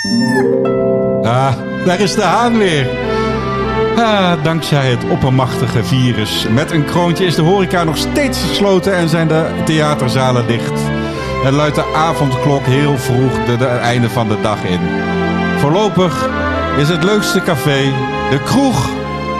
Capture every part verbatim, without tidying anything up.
Ah, daar is de haan weer. Ah, dankzij het oppermachtige virus. Met een kroontje is de horeca nog steeds gesloten en zijn de theaterzalen dicht. En luidt de avondklok heel vroeg de, de einde van de dag in. Voorlopig is het leukste café de kroeg.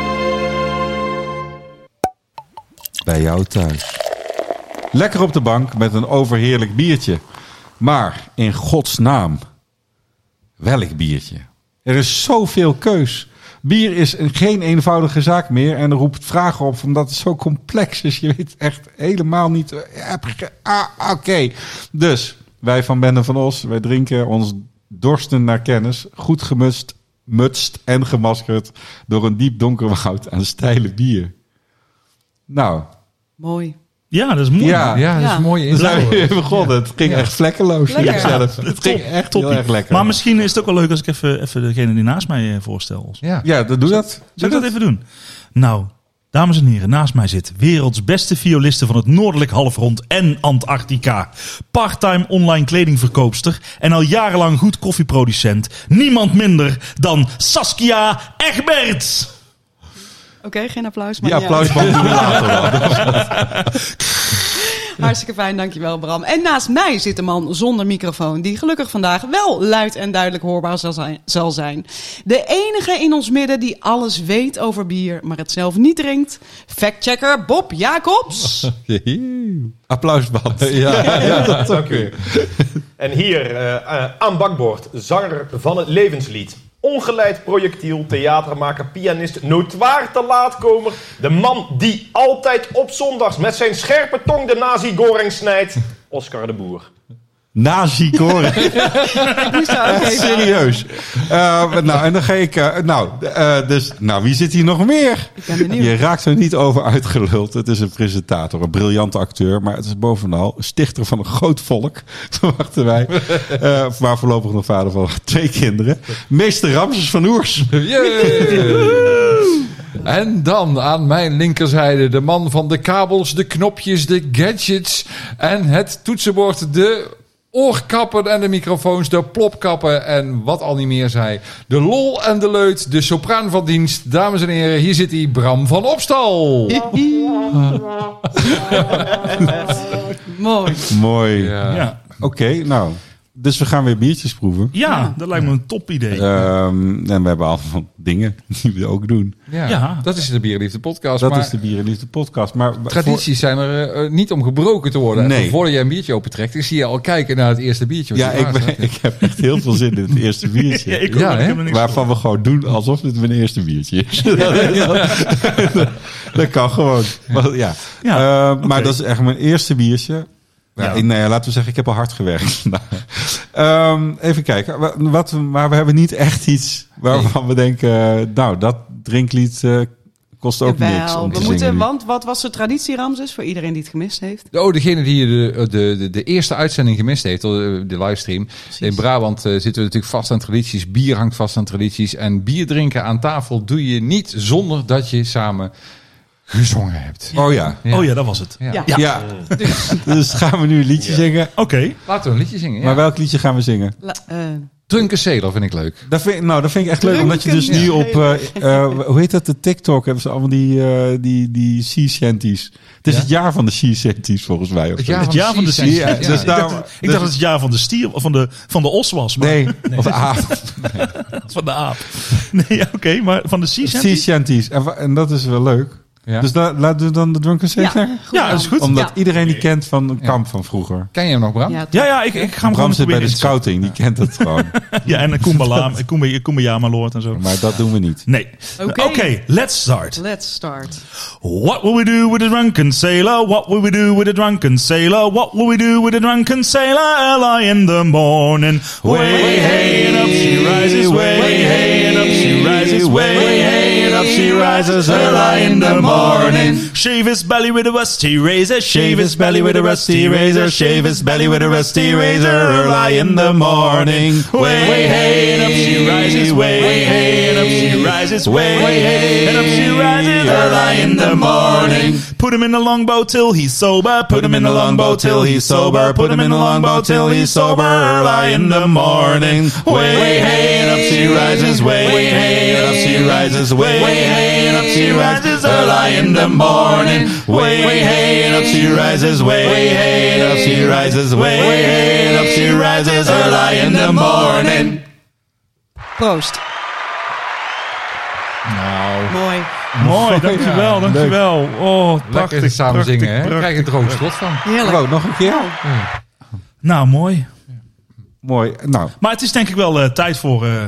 Bij jou thuis. Lekker op de bank met een overheerlijk biertje. Maar in godsnaam, welk biertje? Er is zoveel keus. Bier is een, geen eenvoudige zaak meer en roept vragen op omdat het zo complex is. Je weet echt helemaal niet. Ah, Oké. Okay. Dus wij van Bende van Os, wij drinken ons dorsten naar kennis. Goed gemutst, mutst en gemaskerd door een diep donker woud aan steile bier. Nou. Mooi. Ja, dat is mooi. Ja, ja dat is ja. mooi. We zijn weer begonnen. Het ging ja. echt vlekkeloos. Lekker. Ja. Zelf. Het ging echt Toppie. heel erg lekker. Maar misschien is het ook wel leuk als ik even, even degene die naast mij voorstel. Ja, ja dat doe dat. Zal ik dat even doen? Nou, dames en heren, naast mij zit werelds beste violiste van het noordelijk halfrond en Antarctica. Parttime online kledingverkoopster en al jarenlang goed koffieproducent. Niemand minder dan Saskia Egberts. Oké, okay, geen applaus. Maar Die applausband doen we later wel. Hartstikke fijn, dankjewel Bram. En naast mij zit een man zonder microfoon die gelukkig vandaag wel luid en duidelijk hoorbaar zal zijn. Zal zijn. De enige in ons midden die alles weet over bier, maar het zelf niet drinkt. Factchecker Bob Jacobs. Applausband. Ja, ja, ja, dank u. En hier uh, uh, aan bakboord, zanger van het levenslied. Ongeleid projectiel, theatermaker, pianist, notoir te laatkomer. De man die altijd op zondags met zijn scherpe tong de nazi-goring snijdt. Oscar de Boer. Nazi-goring? Ik moest daar ook even serieus. Uh, nou, en dan ga ik... Uh, nou, uh, dus, nou, wie zit hier nog meer? Ik ben benieuwd. Je raakt er niet over uitgeluld. Het is een presentator, een briljante acteur. Maar het is bovenal stichter van een groot volk. Verwachten wij. Uh, maar voorlopig nog vader van twee kinderen. Meester Ramses van Oers. En dan aan mijn linkerzijde de man van de kabels, de knopjes, de gadgets en het toetsenbord, de oorkappen en de microfoons, de plopkappen en wat al niet meer zei. De lol en de leut, de sopraan van dienst. Dames en heren, hier zit hij, Bram van Opstal. Mooi. Mooi. Ja. Ja, Oké, okay, nou... Dus we gaan weer biertjes proeven. ja, dat lijkt me een top idee. Um, en we hebben allemaal dingen die we ook doen. Ja, Ja. dat is de Bierenliefde podcast. Dat maar is de Bierenliefde podcast. Maar tradities zijn er uh, niet om gebroken te worden. Nee. En voordat jij een biertje opentrekt, ik zie je al kijken naar het eerste biertje. ja, ik, ben, ik heb echt heel veel zin in het eerste biertje. Ja, ik ook, Ja, maar ik hè? heb er niks Waarvan voor. we gewoon doen alsof het mijn eerste biertje is. dat, dat kan gewoon. Maar, ja. Ja, uh, okay. Maar dat is echt mijn eerste biertje. Ja, Ja. ik, nou ja, laten we zeggen, ik heb al hard gewerkt. um, even kijken. Wat, wat, maar we hebben niet echt iets waarvan nee. we denken... Nou, dat drinklied uh, kost ook Jawel, niks om te we moeten, zingen. want wat was de traditie, Ramses, voor iedereen die het gemist heeft? Oh, degene die de, de, de, de eerste uitzending gemist heeft, de, de livestream. Precies. In Brabant uh, zitten we natuurlijk vast aan tradities. Bier hangt vast aan tradities. En bier drinken aan tafel doe je niet zonder dat je samen... gezongen hebt. Oh ja. ja. Oh ja, dat was het. Ja. Ja. Ja. ja. Dus. dus gaan we nu een liedje ja. zingen. Oké. Okay. Laten we een liedje zingen. Ja. Maar welk liedje gaan we zingen? La, uh... Drunken Sailor vind ik leuk. Dat vind, nou, dat vind ik echt leuk. Drunken, omdat je dus ja. nu op... Uh, uh, hoe heet dat? De TikTok hebben ze allemaal die, uh, die, die sea shanties. Het is ja? het jaar van de sea shanties volgens mij. Het jaar, het jaar van de sea shanties. Ja, ja. Dus ik daarom, dacht, ik dacht dat het het jaar van de stier van de, van de os was. Maar... Nee, nee, of de aap. Nee. Van de aap. Nee, ja, oké. Okay, maar van de sea shanties? Sea shanties. En, en dat is wel leuk. Ja. Dus la, laten we dan de Drunken Sailor? Ja, ja, dat is goed. Omdat ja. iedereen die kent van een kamp van vroeger. Ken je hem nog, Bram? Ja, ja, ja, ik, ik ga hem Bram gewoon zit bij de in scouting, die kent het gewoon. Ja, en de Kumbaya Lord en zo. Maar dat doen we niet. Nee. Oké, okay. okay, let's start. Let's start. What will we do with a drunken sailor? What will we do with a drunken sailor? What will we do with a drunken sailor early in the morning? Way, hey, and up she rises. Way, hey, and up she rises. Way, hey, and up she rises early in the morning. Shave his belly with a rusty razor. Shave his belly with a rusty razor. Shave his belly with a rusty razor. Early in the morning. Way, way, hey, and up she rises. Way, way, hey, and up she rises. Way, way, hey, and up she rises. Early in the morning. Put him in the longboat till he's sober. Put him in the longboat till he's sober. Put him in the longboat till he's sober. Early in the morning. Way, way, hey, and up she rises. Way, way, hey, and up she rises. Way, way, hey, and up she rises. Early in the morning. Way, way, hey, and up she rises. Way, way, hey, and up she rises. Way, way, hey, and up she rises. Early in the morning. Proost. Nou, Mooi. Mooi, dankjewel, Ja, dankjewel. Oh, lekker prachtig, samen prachtig, zingen, hè? prachtig. Krijg je er ook slot van. Heerlijk. Oh, nog een keer? Nou, mooi. Mooi. Nou, Maar het is denk ik wel uh, tijd voor... Uh,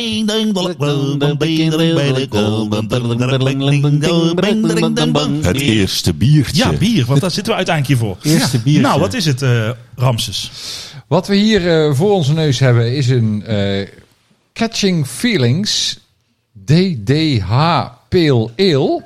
het eerste biertje. ja, bier, want daar zitten we uiteindelijk hier voor. Eerste biertje. Nou, wat is het, uh, Ramses? Wat we hier uh, voor onze neus hebben is een uh, Catching Feelings D D H Pale Ale.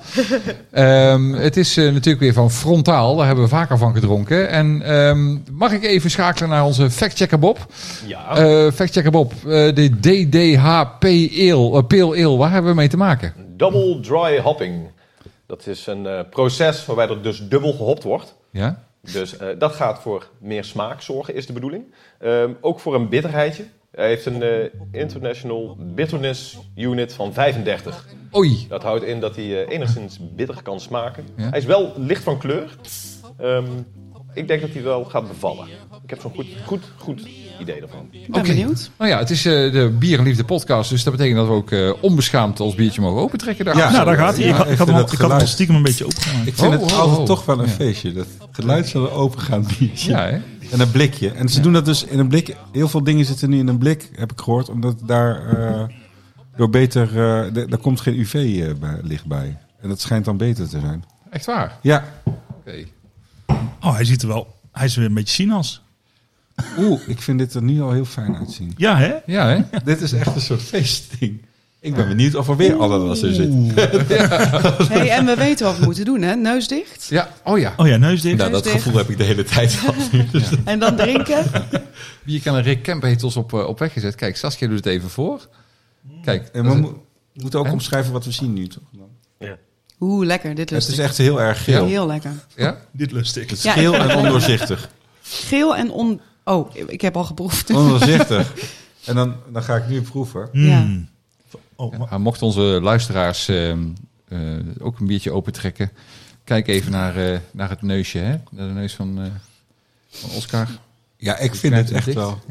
um, het is uh, natuurlijk weer van Frontaal. Daar hebben we vaker van gedronken. En um, mag ik even schakelen naar onze factchecker Bob? Ja. Uh, factchecker Bob, uh, de D D H P Ale, uh, Pale Ale, waar hebben we mee te maken? Double dry hopping. Dat is een uh, proces waarbij er dus dubbel gehopt wordt. Ja? Dus uh, dat gaat voor meer smaak zorgen, is de bedoeling. Um, ook voor een bitterheidje. Hij heeft een uh, International Bitterness Unit van vijfendertig. Oei. Dat houdt in dat hij uh, enigszins bitter kan smaken. Ja. Hij is wel licht van kleur. Um, ik denk dat hij wel gaat bevallen. Ik heb zo'n goed, goed, goed idee ervan. Ik ben Oké. benieuwd. Nou ja, het is uh, de Bier en Liefde podcast. Dus dat betekent dat we ook uh, onbeschaamd ons biertje mogen opentrekken. Daar Ja. gaan we. Nou, daar gaat hij. Ja, Ik, had- ik, ik had vind hem al- het ik had hem al geluid. stiekem een beetje opengemaakt. Ik vind Oh, het oh, altijd oh. toch wel een Ja. feestje. Dat geluid van een opengaand biertje. Ja, hè? En een blikje. En ze doen dat dus in een blik. Heel veel dingen zitten nu in een blik, heb ik gehoord. Omdat daar uh, door beter... Uh, de, daar komt geen U V-licht bij. En dat schijnt dan beter te zijn. Echt waar? Ja. Oké. Oh, hij ziet er wel... Hij is weer een beetje sinaas. Oeh, ik vind dit er nu al heel fijn uitzien. Ja, hè? Ja, hè? Dit is echt een soort feestding. Ik ben benieuwd of er weer ananas in zit. Hey, en we weten wat we moeten doen, hè? Neus dicht. Ja, oh ja. Oh ja, neus dicht. Nou, dat dicht. gevoel heb ik de hele tijd gehad. Dus En dan drinken. Hier kan een Rick Kempetels op, uh, op weggezet. Kijk, Saskia doet het even voor. Kijk. en we mo- moeten ook En? omschrijven wat we zien nu, toch? Oeh, lekker. Dit Het lust is ik. echt heel erg geel. Heel lekker. Ja? Dit lust ik. Het is Ja, geel ik- en ondoorzichtig. Geel en on... Oh, ik heb al geproefd. Ondoorzichtig. En dan, dan ga ik nu proeven. Ja. Mm. Oh, maar- Ja, mochten onze luisteraars uh, uh, ook een biertje opentrekken. Kijk even naar, uh, naar het neusje, hè? Naar de neus van, uh, van Oscar. Ja, ik vind knijpt het echt dicht. wel.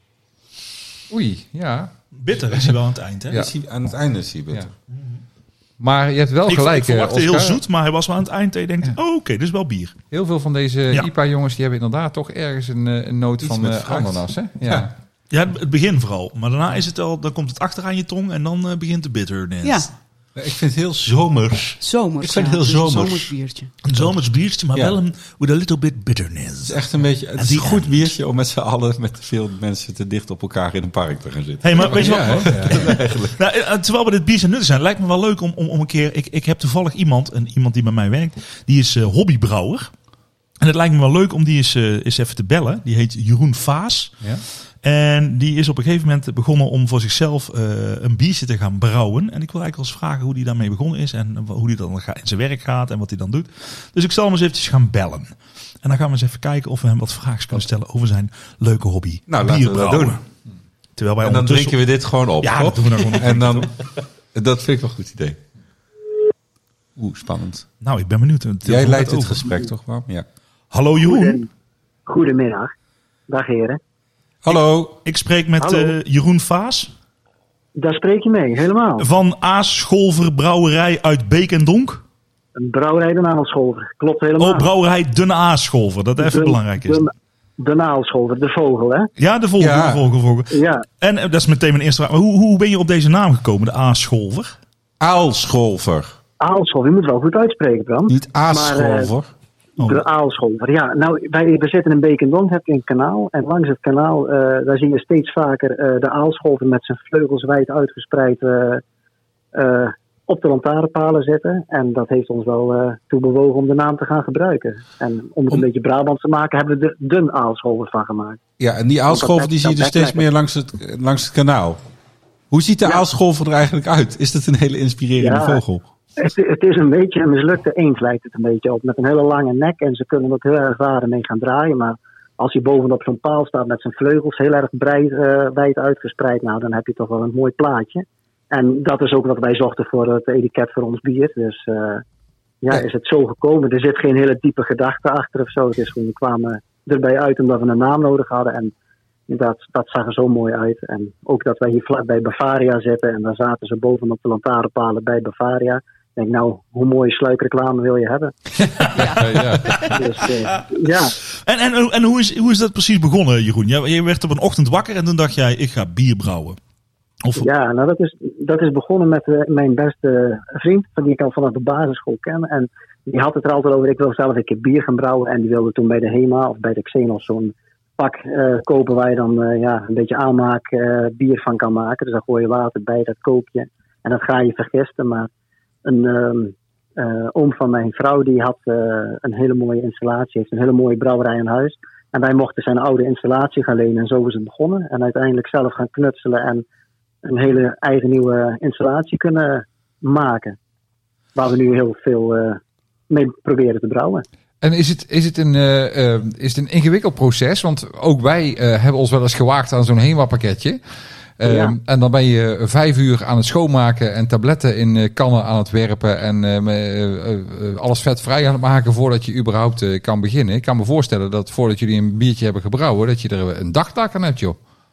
Oei, ja. Bitter is hij wel aan het eind, hè? Ja. Is hij- aan het einde is hij bitter. Ja. Maar je hebt wel Ik, gelijk, ik verwachtte uh, heel Oscar. zoet, maar hij was wel aan het eind. En je denkt, Ja. oh, oké, dit is wel bier. Heel veel van deze Ja. I P A-jongens die hebben inderdaad toch ergens een, uh, een noot Iets van met uh, fruit. ananas, hè? Ja. Ja. Ja, het begin vooral. Maar daarna is het al, dan komt het achteraan je tong en dan uh, begint de bitterness. Ja, Ik vind het heel zomers. zomers. Ik vind ja. het heel Dus een zomers. zomers biertje. Een zomers biertje, maar Ja. wel een with a little bit Het bitterness. is echt een beetje. Het is die een goed end. biertje om met z'n allen, met veel mensen te dicht op elkaar in een park te gaan zitten. Hey, maar weet je Ja, wat? hè? Ja. Nou, eh, terwijl we dit bier zijn nutten zijn, lijkt me wel leuk om, om, om een keer... Ik, ik heb toevallig iemand, een, iemand die bij mij werkt, die is uh, hobbybrouwer. En het lijkt me wel leuk om die eens, uh, eens even te bellen. Die heet Jeroen Vaas. Ja. En die is op een gegeven moment begonnen om voor zichzelf uh, een biertje te gaan brouwen. En ik wil eigenlijk wel eens vragen hoe die daarmee begonnen is. En hoe die dan in zijn werk gaat en wat hij dan doet. Dus ik zal hem eens eventjes gaan bellen. En dan gaan we eens even kijken of we hem wat vragen kunnen stellen over zijn leuke hobby. Nou, laten we dat bierbrouwen. doen. Terwijl wij En dan ondertussen... drinken we dit gewoon op. Ja, toch? dat doen we dan gewoon op. En dan, dat vind ik wel een goed idee. Oeh, spannend. Nou, ik ben benieuwd. De Jij telefoon leidt gaat het over. gesprek, toch, Bram? Ja. Hallo Jeroen. Goeden- Goedemiddag. Dag heren. Hallo. Ik spreek met Hallo. uh, Jeroen Vaas Daar spreek je mee, helemaal. van Aas Scholver Brouwerij uit Beek en Donk. Een brouwerij de Naalscholver. Klopt helemaal. Oh, Brouwerij De Aas Scholver. Dat even De- belangrijk is. De, de Naalscholver, de vogel, hè? Ja, de volgende, Ja. de volgende, de volgende. Ja, En uh, dat is meteen mijn eerste vraag. Maar hoe, hoe ben je op deze naam gekomen, de Aas Scholver? Aalscholver. Aalscholver. Je moet wel goed uitspreken, Bram. Niet Aascholver. Oh. De Aalscholver. Ja, nou, wij we zitten in Beek en Donk, heb je een kanaal. En langs het kanaal, eh, daar zie je steeds vaker eh, de Aalscholver met zijn vleugels wijd uitgespreid eh, eh, op de lantaarnpalen zitten. En dat heeft ons wel uh, toe bewogen om de naam te gaan gebruiken. En om het een beetje Brabant te maken, hebben we er dun aalscholver van gemaakt. Ja, en die aalscholver die zie je dus steeds meer langs het, langs het kanaal. Hoe ziet de ja. aalscholver er eigenlijk uit? Is het een hele inspirerende ja, vogel? Het, het is een beetje een mislukte eend, lijkt het een beetje op. Met een hele lange nek en ze kunnen ook heel ervaren mee gaan draaien. Maar als hij bovenop zo'n paal staat met zijn vleugels heel erg breed, uh, wijd uitgespreid, nou, dan heb je toch wel een mooi plaatje. En dat is ook wat wij zochten voor het etiket voor ons bier. Dus uh, ja, ja, is het zo gekomen. Er zit geen hele diepe gedachte achter of zo. Het is gewoon, we kwamen erbij uit omdat we een naam nodig hadden. En dat, dat zag er zo mooi uit. En ook dat wij hier vlak bij Bavaria zitten. En daar zaten ze bovenop de lantaarnpalen bij Bavaria. Ik denk, nou, hoe mooie sluikreclame wil je hebben? Ja, ja. Dus, uh, ja. En, en, en hoe, is, hoe is dat precies begonnen, Jeroen? Je werd op een ochtend wakker en toen dacht jij, ik ga bier brouwen. Of... Ja, nou dat is, dat is begonnen met uh, mijn beste vriend, van die ik al vanaf de basisschool ken. En die had het er altijd over, ik wil zelf een keer bier gaan brouwen. En die wilde toen bij de HEMA of bij de Xenos zo'n pak uh, kopen waar je dan uh, ja, een beetje aanmaak uh, bier van kan maken. Dus dan gooi je water bij, dat koop je. En dat ga je vergisten. Maar een um, uh, oom van mijn vrouw, die had uh, een hele mooie installatie, heeft een hele mooie brouwerij aan huis. En wij mochten zijn oude installatie gaan lenen en zo is het begonnen. En uiteindelijk zelf gaan knutselen en een hele eigen nieuwe installatie kunnen maken. Waar we nu heel veel uh, mee proberen te brouwen. En is het, is, het een, uh, uh, is het een ingewikkeld proces? Want ook wij uh, hebben ons wel eens gewaagd aan zo'n HEMA pakketje. Uh, ja. En dan ben je vijf uur aan het schoonmaken en tabletten in uh, kannen aan het werpen. En uh, uh, uh, alles vetvrij aan het maken voordat je überhaupt uh, kan beginnen. Ik kan me voorstellen dat voordat jullie een biertje hebben gebrouwen, dat je er een dagtaak aan hebt, joh.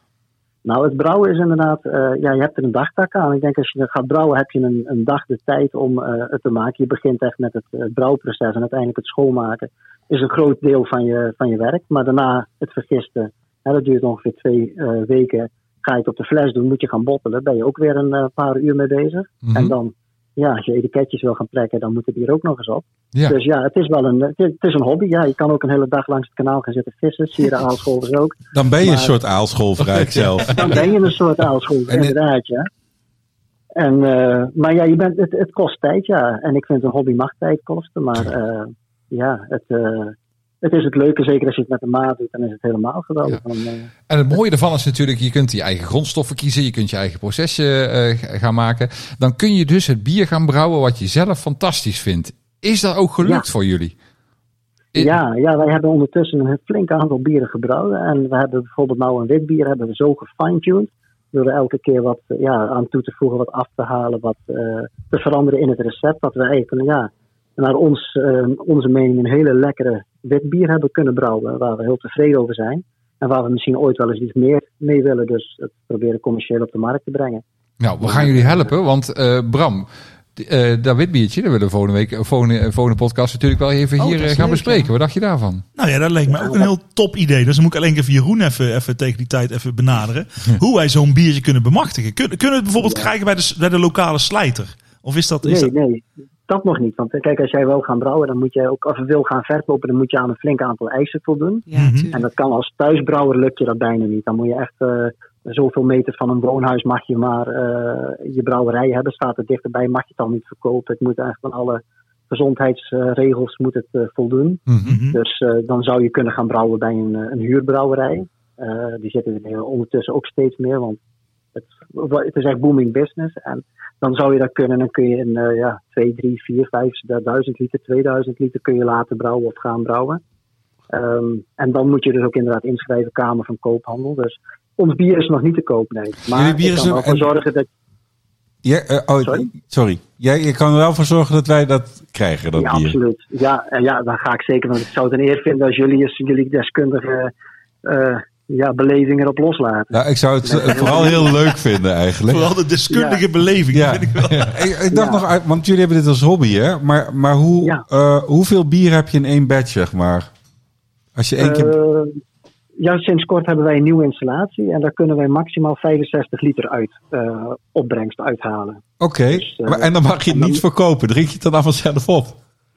Nou, het brouwen is inderdaad, uh, ja, je hebt er een dagtaak aan. Ik denk als je gaat brouwen heb je een, een dag de tijd om uh, het te maken. Je begint echt met het, het brouwproces en uiteindelijk het schoonmaken is een groot deel van je, van je werk. Maar daarna het vergisten, hè, dat duurt ongeveer twee uh, weken. Ga je het op de fles doen, moet je gaan bottelen. Ben je ook weer een uh, paar uur mee bezig. Mm-hmm. En dan, ja, als je etiketjes wil gaan plekken, dan moet het hier ook nog eens op. Ja. Dus ja, het is wel een, het is een hobby. Ja, je kan ook een hele dag langs het kanaal gaan zitten vissen. Zie je de aalscholvers ook. Dan ben je maar, een soort aalscholver zelf. Dan ben je een soort aalscholver, inderdaad, ja. En, uh, maar ja, je bent, het, het kost tijd, ja. En ik vind een hobby mag tijd kosten. Maar uh, ja, het... Uh, Het is het leuke, zeker als je het met de maat doet, dan is het helemaal geweldig. Ja. Uh... En het mooie ervan is natuurlijk, je kunt je eigen grondstoffen kiezen, je kunt je eigen proces uh, gaan maken. Dan kun je dus het bier gaan brouwen wat je zelf fantastisch vindt. Is dat ook gelukt ja. voor jullie? Ja, ja, wij hebben ondertussen een flink aantal bieren gebrouwen. En we hebben bijvoorbeeld nou een wit bier, hebben we zo gefine-tuned. We willen elke keer wat ja, aan toe te voegen, wat af te halen, wat uh, te veranderen in het recept. Dat we eigenlijk, ja... naar ons, uh, onze mening een hele lekkere wit bier hebben kunnen brouwen. Waar we heel tevreden over zijn. En waar we misschien ooit wel eens iets meer mee willen. Dus het proberen commercieel op de markt te brengen. Nou, we gaan jullie helpen. Want uh, Bram, uh, dat wit biertje, dat willen we volgende week, volgende, volgende podcast natuurlijk wel even hier oh, gaan leuk, bespreken. Ja. Wat dacht je daarvan? Nou ja, dat leek me ook een heel top idee. Dus dan moet ik alleen even Jeroen even, even tegen die tijd even benaderen. Hm. Hoe wij zo'n biertje kunnen bemachtigen. Kunnen, kunnen we het bijvoorbeeld ja. krijgen bij de, bij de lokale slijter? Of is dat... Is nee, dat... nee. Dat nog niet. Want kijk, als jij wil gaan brouwen, dan moet je ook, als je wil gaan verkopen, dan moet je aan een flink aantal eisen voldoen. Ja, en dat kan als thuisbrouwer lukt je dat bijna niet. Dan moet je echt uh, zoveel meter van een woonhuis mag je maar uh, je brouwerij hebben. Staat er dichterbij, mag je het dan niet verkopen. Het moet echt van alle gezondheidsregels moet het uh, voldoen. Mm-hmm. Dus uh, dan zou je kunnen gaan brouwen bij een, een huurbrouwerij. Uh, die zitten er ondertussen ook steeds meer, want het, het is echt booming business. En dan zou je dat kunnen. Dan kun je in uh, ja, twee, drie, vier, vijf, duizend liter, tweeduizend liter kun je laten brouwen of gaan brouwen. Um, en dan moet je dus ook inderdaad inschrijven, Kamer van Koophandel. Dus ons bier is nog niet te koop, nee. Maar ik kan er wel voor zorgen dat... Ja, uh, oh, sorry? Sorry. Jij je kan er wel voor zorgen dat wij dat krijgen, dat ja, bier. Absoluut. Ja, uh, ja, dat ga ik zeker. Want ik zou het een eer vinden als jullie, als jullie deskundige... Uh, Ja, beleving erop loslaten. Nou, ik zou het nee, vooral heel leuk vinden eigenlijk. Vooral de deskundige ja. beleving, ja. vind ik wel. Ja. ik, ik dacht ja. nog, want jullie hebben dit als hobby, hè? Maar, maar hoe, ja. uh, hoeveel bier heb je in één batch, zeg maar? Als je één uh, keer... Ja, sinds kort hebben wij een nieuwe installatie. En daar kunnen wij maximaal vijfenzestig liter uit, uh, opbrengst uithalen. Oké, okay. dus, uh, en dan mag je het dan... niet verkopen. Drink je het dan af vanzelf op?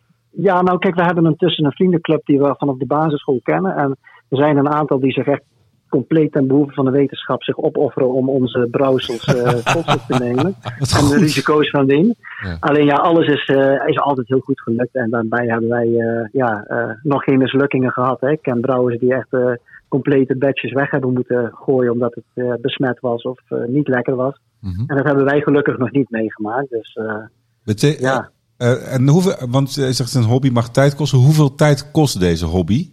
Ja, nou kijk, we hebben intussen een vriendenclub die we vanaf de basisschool kennen. En er zijn een aantal die zich echt compleet ten behoeve van de wetenschap zich opofferen om onze brouwsels uh, tot zich te nemen. En de risico's van dien. Ja. Alleen ja, alles is, uh, is altijd heel goed gelukt. En daarbij hebben wij uh, ja, uh, nog geen mislukkingen gehad. Hè. Ik ken brouwers die echt uh, complete batches weg hebben moeten gooien omdat het uh, besmet was of uh, niet lekker was. Mm-hmm. En dat hebben wij gelukkig nog niet meegemaakt. Dus uh, Bete- ja. Uh, en hoeveel, want je zegt een hobby mag tijd kosten. Hoeveel tijd kost deze hobby?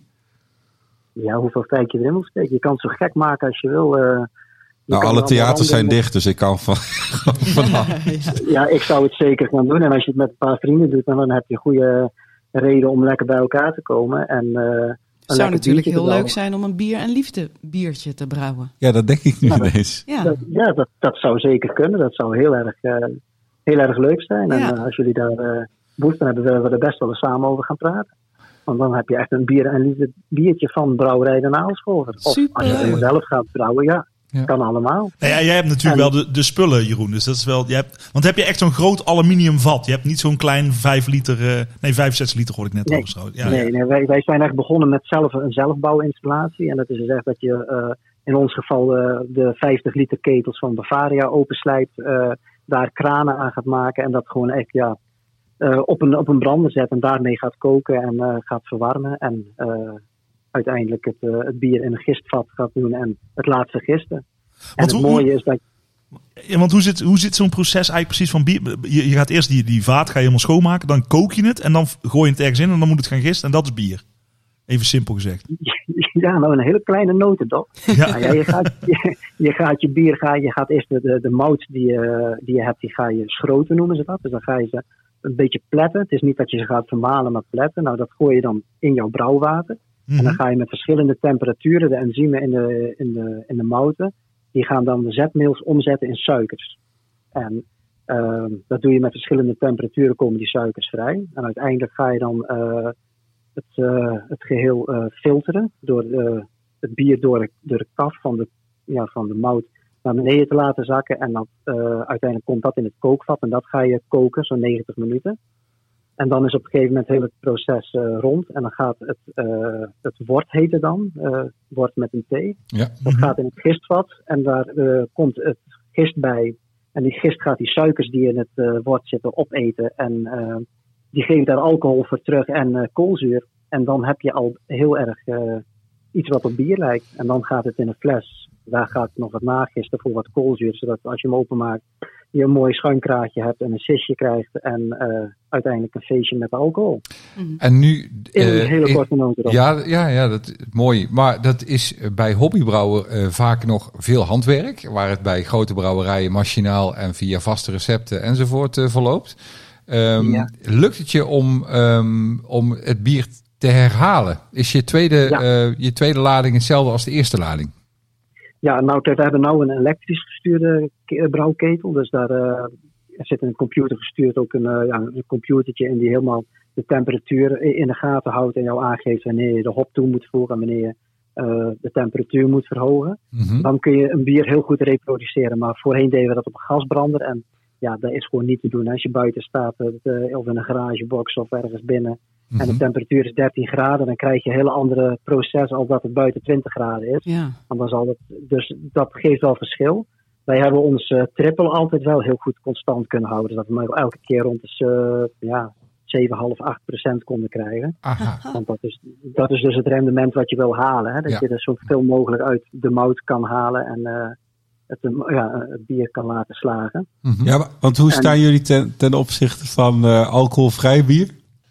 Ja, hoeveel tijd je erin moet steken. Je kan het zo gek maken als je wil. Uh, nou, alle theaters zijn dicht, dus ik kan van... van ja, ik zou het zeker gaan doen. En als je het met een paar vrienden doet, dan heb je goede reden om lekker bij elkaar te komen. En, uh, het zou natuurlijk heel leuk zijn om een bier- en liefde biertje te brouwen. Ja, dat denk ik nu nou, ineens. Ja, dat, ja dat, dat zou zeker kunnen. Dat zou heel erg, uh, heel erg leuk zijn. En ja. uh, als jullie daar uh, behoefte hebben, willen we er best wel eens samen over gaan praten. Want dan heb je echt een bier- en liefde biertje van Brouwerij de Naalscholver. Of Super. als je het zelf gaat brouwen, ja. Ja. Kan allemaal. Nou ja, jij hebt natuurlijk en, wel de, de spullen, Jeroen. Dus dat is wel. Je hebt, want heb je echt zo'n groot aluminium vat? Je hebt niet zo'n klein vijf liter. Uh, nee, vijf, zes liter hoor ik net nee, over. Ja, nee, ja. nee wij, wij zijn echt begonnen met zelf een zelfbouwinstallatie. En dat is dus echt dat je uh, in ons geval uh, de vijftig liter ketels van Bavaria openslijpt. Uh, daar kranen aan gaat maken. En dat gewoon echt ja, uh, op, een, op een brander zet. En daarmee gaat koken en uh, gaat verwarmen. En uh, uiteindelijk het, uh, het bier in een gistvat gaat doen en het laatste gisten. En want het hoe, mooie is dat... Ja, want hoe zit, hoe zit zo'n proces eigenlijk precies van bier? Je, je gaat eerst die, die vaat ga je helemaal schoonmaken, dan kook je het en dan gooi je het ergens in en dan moet het gaan gisten en dat is bier. Even simpel gezegd. Ja, nou een hele kleine notendop. Ja. Nou ja, je, gaat, je, je gaat je bier, ga, je gaat eerst de, de, de mout die je, die je hebt, die ga je schroten noemen ze dat. Dus dan ga je ze een beetje pletten. Het is niet dat je ze gaat vermalen, maar pletten. Nou, dat gooi je dan in jouw brouwwater. Mm-hmm. En dan ga je met verschillende temperaturen de enzymen in de, in de, in de mouten, die gaan dan de zetmeels omzetten in suikers. En uh, dat doe je met verschillende temperaturen, komen die suikers vrij. En uiteindelijk ga je dan uh, het, uh, het geheel uh, filteren door uh, het bier door de, door de kaf van de, ja, van de mout naar beneden te laten zakken. En dan uh, uiteindelijk komt dat in het kookvat en dat ga je koken, zo'n negentig minuten. En dan is op een gegeven moment heel het proces uh, rond. En dan gaat het, uh, het wort heten dan. Uh, wort met een T. Ja. Dat gaat in het gistvat. En daar uh, komt het gist bij. En die gist gaat die suikers die in het uh, wort zitten opeten. En uh, die geven daar alcohol voor terug en uh, koolzuur. En dan heb je al heel erg uh, iets wat op bier lijkt. En dan gaat het in een fles. Daar gaat nog wat nagisten voor wat koolzuur. Zodat als je hem openmaakt, je een mooi schuimkraagje hebt en een sisje krijgt en uh, uiteindelijk een feestje met alcohol. Mm-hmm. En nu... In een uh, hele korte notendop. Ja, ja, ja, dat is mooi. Maar dat is bij hobbybrouwer uh, vaak nog veel handwerk. Waar het bij grote brouwerijen machinaal en via vaste recepten enzovoort uh, verloopt. Um, ja. Lukt het je om, um, om het bier te herhalen? Is je tweede, ja. uh, je tweede lading hetzelfde als de eerste lading? Ja, nou kijk, we hebben nu een elektrisch gestuurde brouwketel. Dus daar uh, zit een computer gestuurd, ook een, uh, ja, een computertje in die helemaal de temperatuur in de gaten houdt en jou aangeeft wanneer je de hop toe moet voegen en wanneer je uh, de temperatuur moet verhogen. Mm-hmm. Dan kun je een bier heel goed reproduceren. Maar voorheen deden we dat op een gasbrander en ja, dat is gewoon niet te doen. Als je buiten staat uh, of in een garagebox of ergens binnen mm-hmm. en de temperatuur is dertien graden, dan krijg je een hele andere proces als dat het buiten twintig graden is. Ja. En dan zal het, dus dat geeft wel verschil. Wij hebben ons uh, triple altijd wel heel goed constant kunnen houden. Dus dat we elke keer rond de uh, ja, zeven komma vijf, acht procent konden krijgen. Aha. Want dat is, dat is dus het rendement wat je wil halen. Hè? Dat ja. je er zoveel mogelijk uit de mout kan halen en uh, het, ja, het bier kan laten slagen. Mm-hmm. Ja, want hoe staan en, jullie ten, ten opzichte van uh, alcoholvrij bier?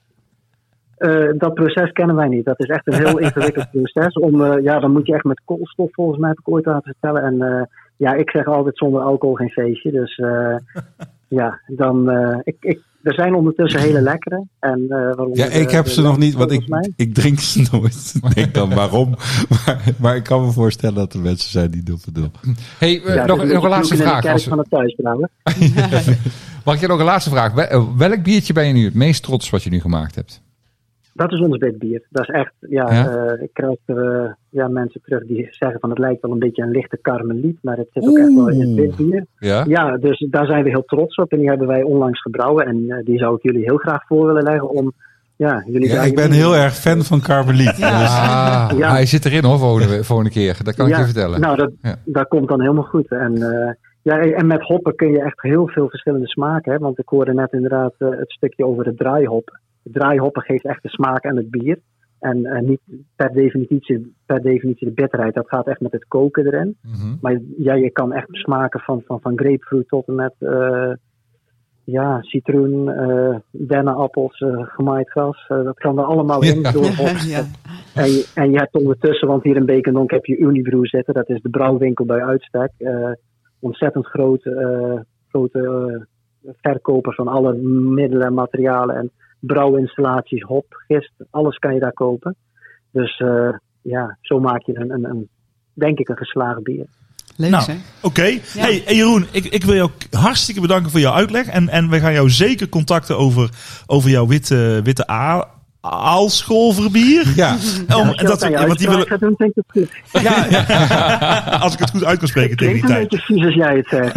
Uh, dat proces kennen wij niet. Dat is echt een heel ingewikkeld proces. Om, uh, ja, dan moet je echt met koolstof, volgens mij heb ik ooit laten vertellen. En uh, ja, ik zeg altijd zonder alcohol geen feestje. Dus uh, ja, dan... Uh, ik, ik, er zijn ondertussen hele lekkere. En, uh, ja, ik heb de, ze de nog niet, want ik, ik drink ze nooit. Ik denk dan waarom. Maar, maar ik kan me voorstellen dat er mensen zijn die doen het doen. Hey, uh, ja, nog, dus nog een laatste vraag. Als... van het thuisbrouwen. Mag ik je nog een laatste vraag? Welk biertje ben je nu het meest trots wat je nu gemaakt hebt? Dat is ons witbier. Dat is echt, ja, ja? Uh, ik krijg er uh, ja, mensen terug die zeggen van het lijkt wel een beetje een lichte karmeliet, maar het zit ook Oeh. echt wel in het witbier. Ja? ja, dus daar zijn we heel trots op en die hebben wij onlangs gebrouwen en uh, die zou ik jullie heel graag voor willen leggen om ja, jullie Ja, ik ben heel erg fan van Carmeliet. Ja. Dus, Ah, Ja. Hij zit erin hoor, volgende, volgende keer. Dat kan ik Ja, je vertellen. Nou, dat, Ja. dat komt dan helemaal goed. En, uh, ja, en met hoppen kun je echt heel veel verschillende smaken hebben. Want ik hoorde net inderdaad uh, het stukje over het draaihoppen. Het draaihoppen geeft echt de smaak aan het bier. En uh, niet per definitie, per definitie de bitterheid. Dat gaat echt met het koken erin. Mhm. Maar ja, je kan echt smaken van, van, van grapefruit tot en met uh, ja, citroen, uh, dennenappels, uh, gemaaid gras. Uh, dat kan er allemaal in Ja. door hop. Ja. En je, en je hebt ondertussen, want hier in Beekendonk heb je Unibrew zitten. Dat is de brouwwinkel bij uitstek. Uh, ontzettend grote, uh, grote uh, verkoper van alle middelen en materialen. En brouwinstallaties, hop, gist, alles kan je daar kopen. Dus uh, ja, zo maak je een, een, een, denk ik, een geslaagd bier. Leuk, Nou, hè? oké. Okay. Hey, hey Jeroen, ik, ik wil jou hartstikke bedanken voor jouw uitleg. En, en we gaan jou zeker contacten over, over jouw witte, witte a- aalscholverbier. ja. Om, Als je dat aan je want die willen, uitspraak gaat doen, denk ik het goed. ja, ja. Als ik het goed uit kan spreken tegen Klinkt die een tijd. beetje vies als jij het zegt.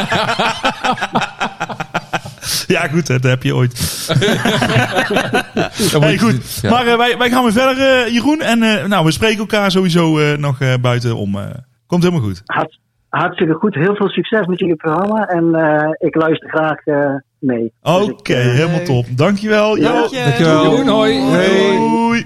Ja, goed, hè, dat heb je ooit. Dan moet Hey, je- goed. ja. Maar uh, wij, wij gaan weer verder, uh, Jeroen. En uh, nou, we spreken elkaar sowieso uh, nog uh, buiten om. Uh, komt helemaal goed. Hart, hartstikke goed. Heel veel succes met jullie programma. En uh, ik luister graag uh, mee. Oké, Dus ik, uh, helemaal top. Dankjewel. Ja. Jo. Dank je. Dankjewel. Jeroen, hoi. Hoi.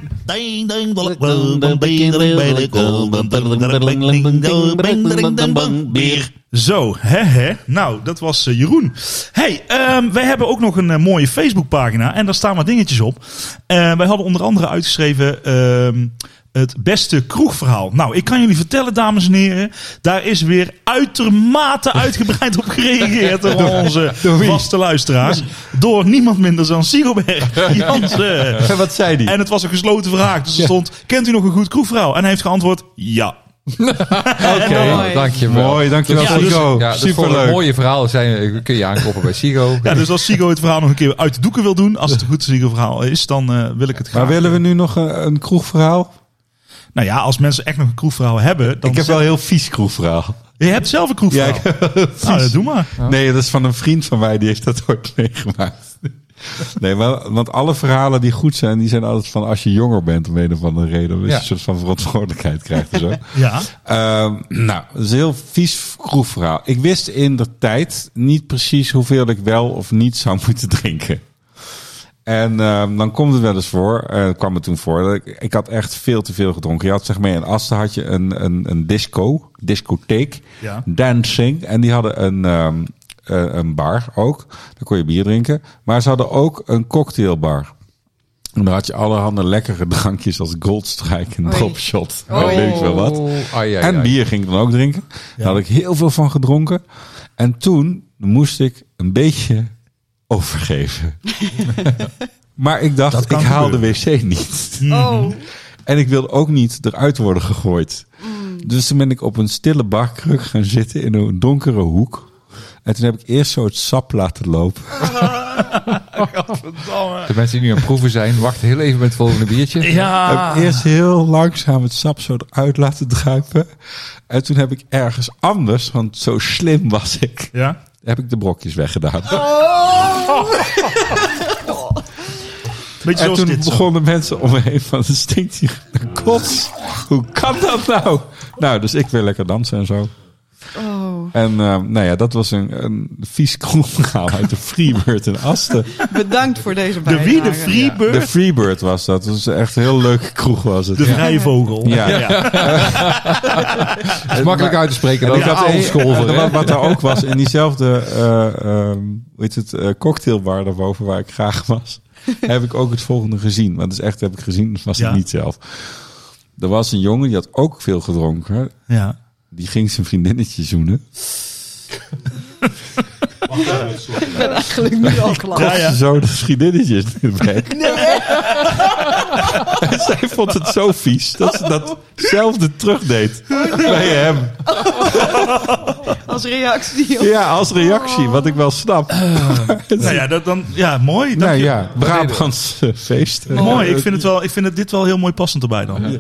Zo, hè hè. Nou, dat was uh, Jeroen. Hey, um, wij hebben ook nog een uh, mooie Facebookpagina en daar staan wat dingetjes op. Uh, wij hadden onder andere uitgeschreven um, het beste kroegverhaal. Nou, ik kan jullie vertellen, dames en heren, daar is weer uitermate uitgebreid op gereageerd door onze vaste luisteraars. Door niemand minder dan Sigobert Jansen. Wat zei die? En het was een gesloten vraag. Dus er stond, kent u nog een goed kroegverhaal? En hij heeft geantwoord, ja. Oké, Mooi. Dankjewel. mooi, dankjewel Ja, dus- Sigo. Ja, dus voor Superleuk. mooie verhalen zijn, kun je aankloppen bij Sigo. Ja, dus als Sigo het verhaal nog een keer uit de doeken wil doen, als het een goed Sigo-verhaal is, dan uh, wil ik het graag. Maar willen we nu nog een, een kroegverhaal? Nou ja, als mensen echt nog een kroegverhaal hebben, dan... Ik heb wel een heel vies kroegverhaal. Je hebt zelf een kroegverhaal. Ja, ik heb wel Nou, dat doe maar. Nee, dat is van een vriend van mij, die heeft dat ooit meegemaakt. Nee, maar, want alle verhalen die goed zijn, die zijn altijd van als je jonger bent om een of andere reden. Omdat je Ja. een soort van verantwoordelijkheid krijgt en zo. Ja. Uh, nou, dat is een heel vies kroegverhaal. Ik wist in de tijd niet precies hoeveel ik wel of niet zou moeten drinken. En uh, dan komt het wel eens voor, uh, kwam het toen voor, dat ik, ik had echt veel te veel gedronken. Je had zeg maar in Asten had je een, een, een disco, discotheek, Ja. dancing. En die hadden een, um, uh, een bar ook, daar kon je bier drinken. Maar ze hadden ook een cocktailbar. En daar had je allerhande lekkere drankjes als Goldstrike en Oei. Dropshot. Oei. En weet ik veel wat. Oh, ai, ai, En ai. bier ging ik dan ook drinken. Daar had ik heel veel van gedronken. En toen moest ik een beetje overgeven. Maar ik Dat dacht, kan ik haal de gebeuren. wc niet. Oh. En ik wilde ook niet eruit worden gegooid. Dus toen ben ik op een stille barkruk gaan zitten in een donkere hoek. En toen heb ik eerst zo het sap laten lopen. Godverdamme. De mensen die nu aan het proeven zijn, wachten heel even met het volgende biertje. Ja. Heb ik eerst heel langzaam het sap zo eruit laten druipen. En toen heb ik ergens anders, want zo slim was ik, Ja. heb ik de brokjes weggedaan. Beetje En zoals toen dit zo. begonnen mensen om me heen van, het stinkt hier naar kots. Hoe kan dat nou? Nou, dus ik wil lekker dansen en zo. Oh. En uh, nou ja, dat was een, een vies kroegverhaal uit de Freebird in Asten. Bedankt voor deze De bijdrage. wie? De Freebird? De Freebird was dat. Dat was echt een heel leuke kroeg was het. De vrijvogel. Ja. Het is makkelijk uit te spreken. En Dan ik had een een- aalscholver. en hè? wat, wat daar ook was, in diezelfde uh, um, hoe heet het, uh, cocktailbar daarboven waar ik graag was, heb ik ook het volgende gezien. Want dat is echt, heb ik gezien, dat was Ja. ik niet zelf. Er was een jongen, die had ook veel gedronken. Ja. Die ging zijn vriendinnetje zoenen. Ik ben eigenlijk nu al klaar. Ja, ja. Zo de vriendinnetje in de bek. En zij vond het zo vies dat ze datzelfde terugdeed bij hem. Als reactie op... Ja, als reactie, wat ik wel snap. Nou ja, dat dan, ja, mooi. Dank Nou je. ja, Brabants uh, feest. Mooi. Ik vind het wel, ik vind het dit wel heel mooi passend erbij dan.